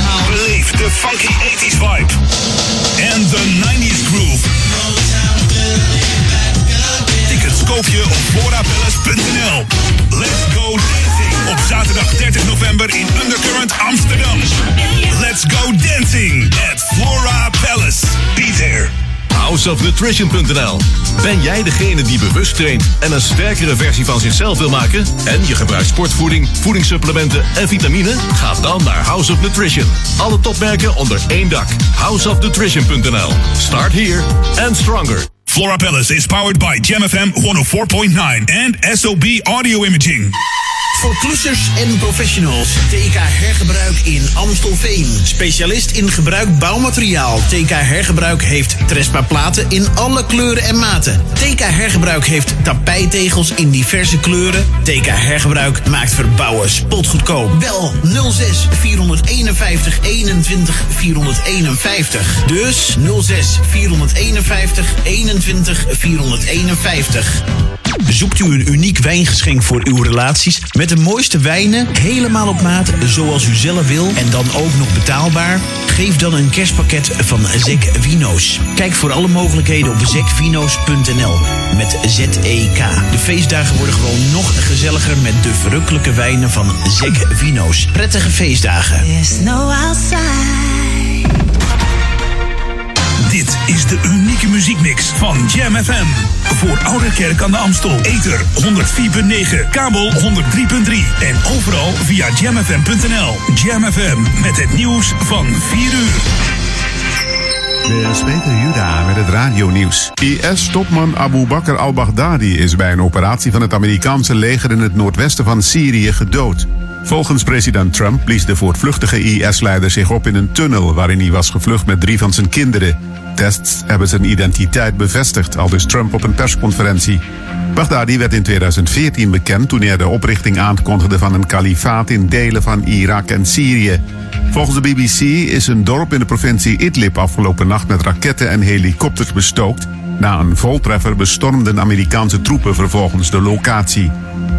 A: de funky eighties vibe. En de nineties groove. Tickets koop je op flora palace punt n l. Let's go dancing op zaterdag dertig november in Undercurrent Amsterdam. Let's go dancing at Flora Palace. Be there.
O: house of nutrition punt n l. Ben jij degene die bewust traint en een sterkere versie van zichzelf wil maken? En je gebruikt sportvoeding, voedingssupplementen en vitamine? Ga dan naar House of Nutrition. Alle topmerken onder één dak. house of nutrition punt n l. Start here and stronger.
A: Flora Palace is powered by Jam F M honderdvier komma negen and S O B Audio Imaging.
Q: Voor klussers en professionals. T K Hergebruik in Amstelveen. Specialist in gebruik bouwmateriaal. T K Hergebruik heeft Trespa platen in alle kleuren en maten. T K Hergebruik heeft tapijtegels in diverse kleuren. T K Hergebruik maakt verbouwen spotgoedkoop. Bel nul zes vierhonderdeenenvijftig eenentwintig vierhonderdeenenvijftig. Dus nul zes vierhonderdeenenvijftig eenentwintig vierhonderdeenenvijftig. Zoekt u een uniek wijngeschenk voor uw relaties met de mooiste wijnen, helemaal op maat, zoals u zelf wil en dan ook nog betaalbaar? Geef dan een kerstpakket van Zek Vino's. Kijk voor alle mogelijkheden op zek vino's punt n l met Z E K. De feestdagen worden gewoon nog gezelliger met de verrukkelijke wijnen van Zek Vino's. Prettige feestdagen.
C: There's no outside.
A: Dit is de unieke muziekmix van Jam F M. Voor Ouderkerk aan de Amstel. Ether honderdvier komma negen, kabel honderdrie komma drie. En overal via jam f m punt n l. Jam F M met het nieuws van vier uur.
R: Dit is Peter Juda met het radionieuws. I S-topman Abu Bakr al-Baghdadi is bij een operatie van het Amerikaanse leger in het noordwesten van Syrië gedood. Volgens president Trump blies de voortvluchtige I S-leider zich op in een tunnel waarin hij was gevlucht met drie van zijn kinderen. Tests hebben zijn identiteit bevestigd, aldus Trump op een persconferentie. Baghdadi werd in tweeduizend veertien bekend toen hij de oprichting aankondigde van een kalifaat in delen van Irak en Syrië. Volgens de B B C is een dorp in de provincie Idlib afgelopen nacht met raketten en helikopters bestookt. Na een voltreffer bestormden Amerikaanse troepen vervolgens de locatie.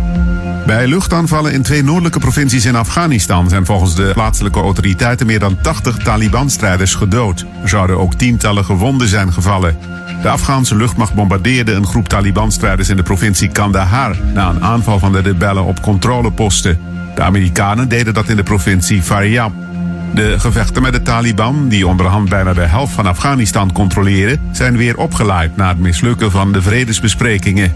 R: Bij luchtaanvallen in twee noordelijke provincies in Afghanistan zijn volgens de plaatselijke autoriteiten meer dan tachtig Taliban-strijders gedood. Er zouden ook tientallen gewonden zijn gevallen. De Afghaanse luchtmacht bombardeerde een groep Taliban-strijders in de provincie Kandahar na een aanval van de rebellen op controleposten. De Amerikanen deden dat in de provincie Faryab. De gevechten met de Taliban, die onderhand bijna de helft van Afghanistan controleren, zijn weer opgeleid na het mislukken van de vredesbesprekingen.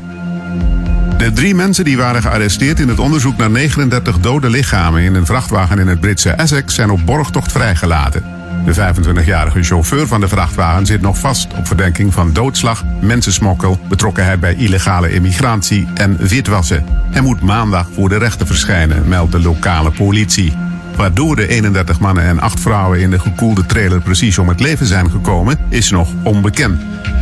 R: De drie mensen die waren gearresteerd in het onderzoek naar negenendertig dode lichamen in een vrachtwagen in het Britse Essex zijn op borgtocht vrijgelaten. De vijfentwintigjarige chauffeur van de vrachtwagen zit nog vast op verdenking van doodslag, mensensmokkel, betrokkenheid bij illegale immigratie en witwassen. Hij moet maandag voor de rechter verschijnen, meldt de lokale politie. Waardoor de eenendertig mannen en acht vrouwen in de gekoelde trailer precies om het leven zijn gekomen, is nog onbekend.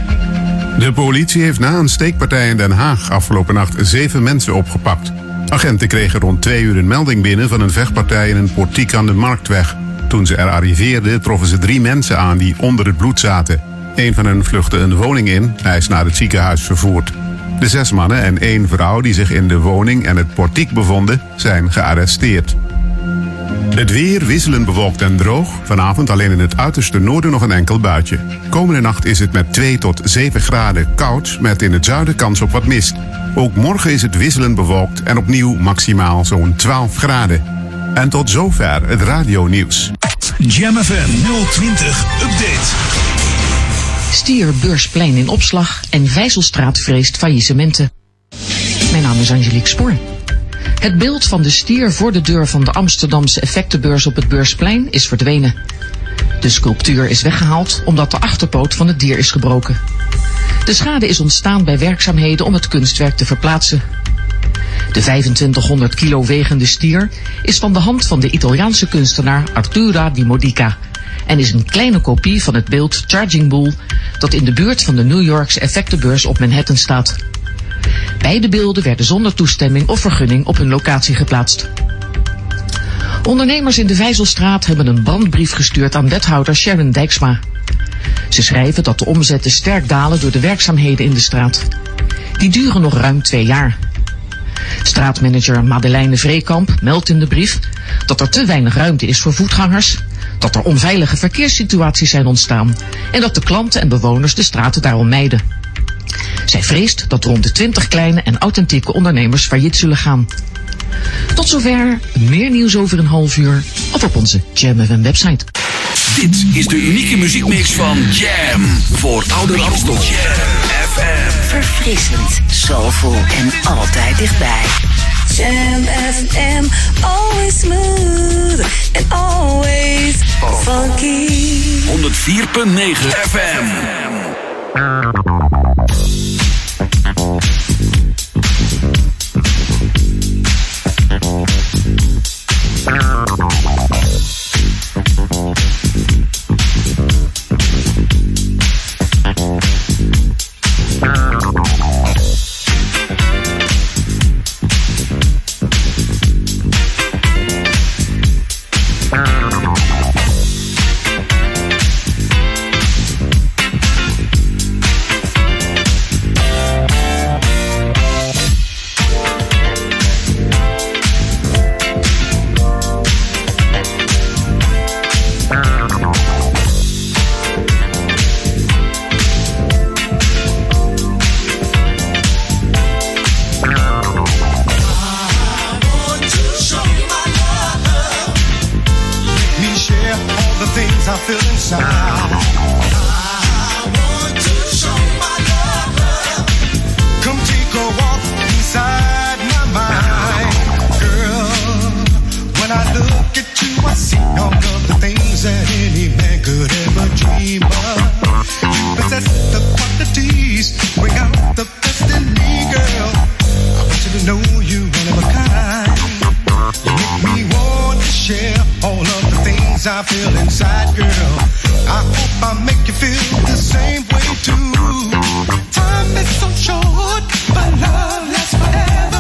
R: De politie heeft na een steekpartij in Den Haag afgelopen nacht zeven mensen opgepakt. Agenten kregen rond twee uur een melding binnen van een vechtpartij in een portiek aan de Marktweg. Toen ze er arriveerden troffen ze drie mensen aan die onder het bloed zaten. Een van hen vluchtte een woning in, hij is naar het ziekenhuis vervoerd. De zes mannen en één vrouw die zich in de woning en het portiek bevonden zijn gearresteerd. Het weer wisselend bewolkt en droog. Vanavond alleen in het uiterste noorden nog een enkel buitje. Komende nacht is het met twee tot zeven graden koud, met in het zuiden kans op wat mist. Ook morgen is het wisselend bewolkt en opnieuw maximaal zo'n twaalf graden. En tot zover het radionieuws.
A: Jam F M nul twintig Update.
U: Stier Beursplein in opslag en Vijzelstraat vreest faillissementen. Mijn naam is Angelique Spoor. Het beeld van de stier voor de deur van de Amsterdamse effectenbeurs op het Beursplein is verdwenen. De sculptuur is weggehaald omdat de achterpoot van het dier is gebroken. De schade is ontstaan bij werkzaamheden om het kunstwerk te verplaatsen. De vijfentwintighonderd kilo wegende stier is van de hand van de Italiaanse kunstenaar Arturo Di Modica en is een kleine kopie van het beeld Charging Bull dat in de buurt van de New Yorkse effectenbeurs op Manhattan staat. Beide beelden werden zonder toestemming of vergunning op hun locatie geplaatst. Ondernemers in de Vijzelstraat hebben een brandbrief gestuurd aan wethouder Sharon Dijksma. Ze schrijven dat de omzetten sterk dalen door de werkzaamheden in de straat. Die duren nog ruim twee jaar. Straatmanager Madeleine Vreekamp meldt in de brief dat er te weinig ruimte is voor voetgangers, dat er onveilige verkeerssituaties zijn ontstaan en dat de klanten en bewoners de straten daarom mijden. Zij vreest dat rond de twintig kleine en authentieke ondernemers failliet zullen gaan. Tot zover, meer nieuws over een half uur of op onze Jam F M website.
S: Dit is de unieke muziekmix van Jam voor Ouder Amstel. Jam F M.
B: Verfrissend, soulful en altijd dichtbij.
D: Jam F M, always smooth and always funky.
S: honderd vier komma negen F M.
K: I feel inside, girl. I hope I make you feel the same way too. Time is so short, but love lasts forever.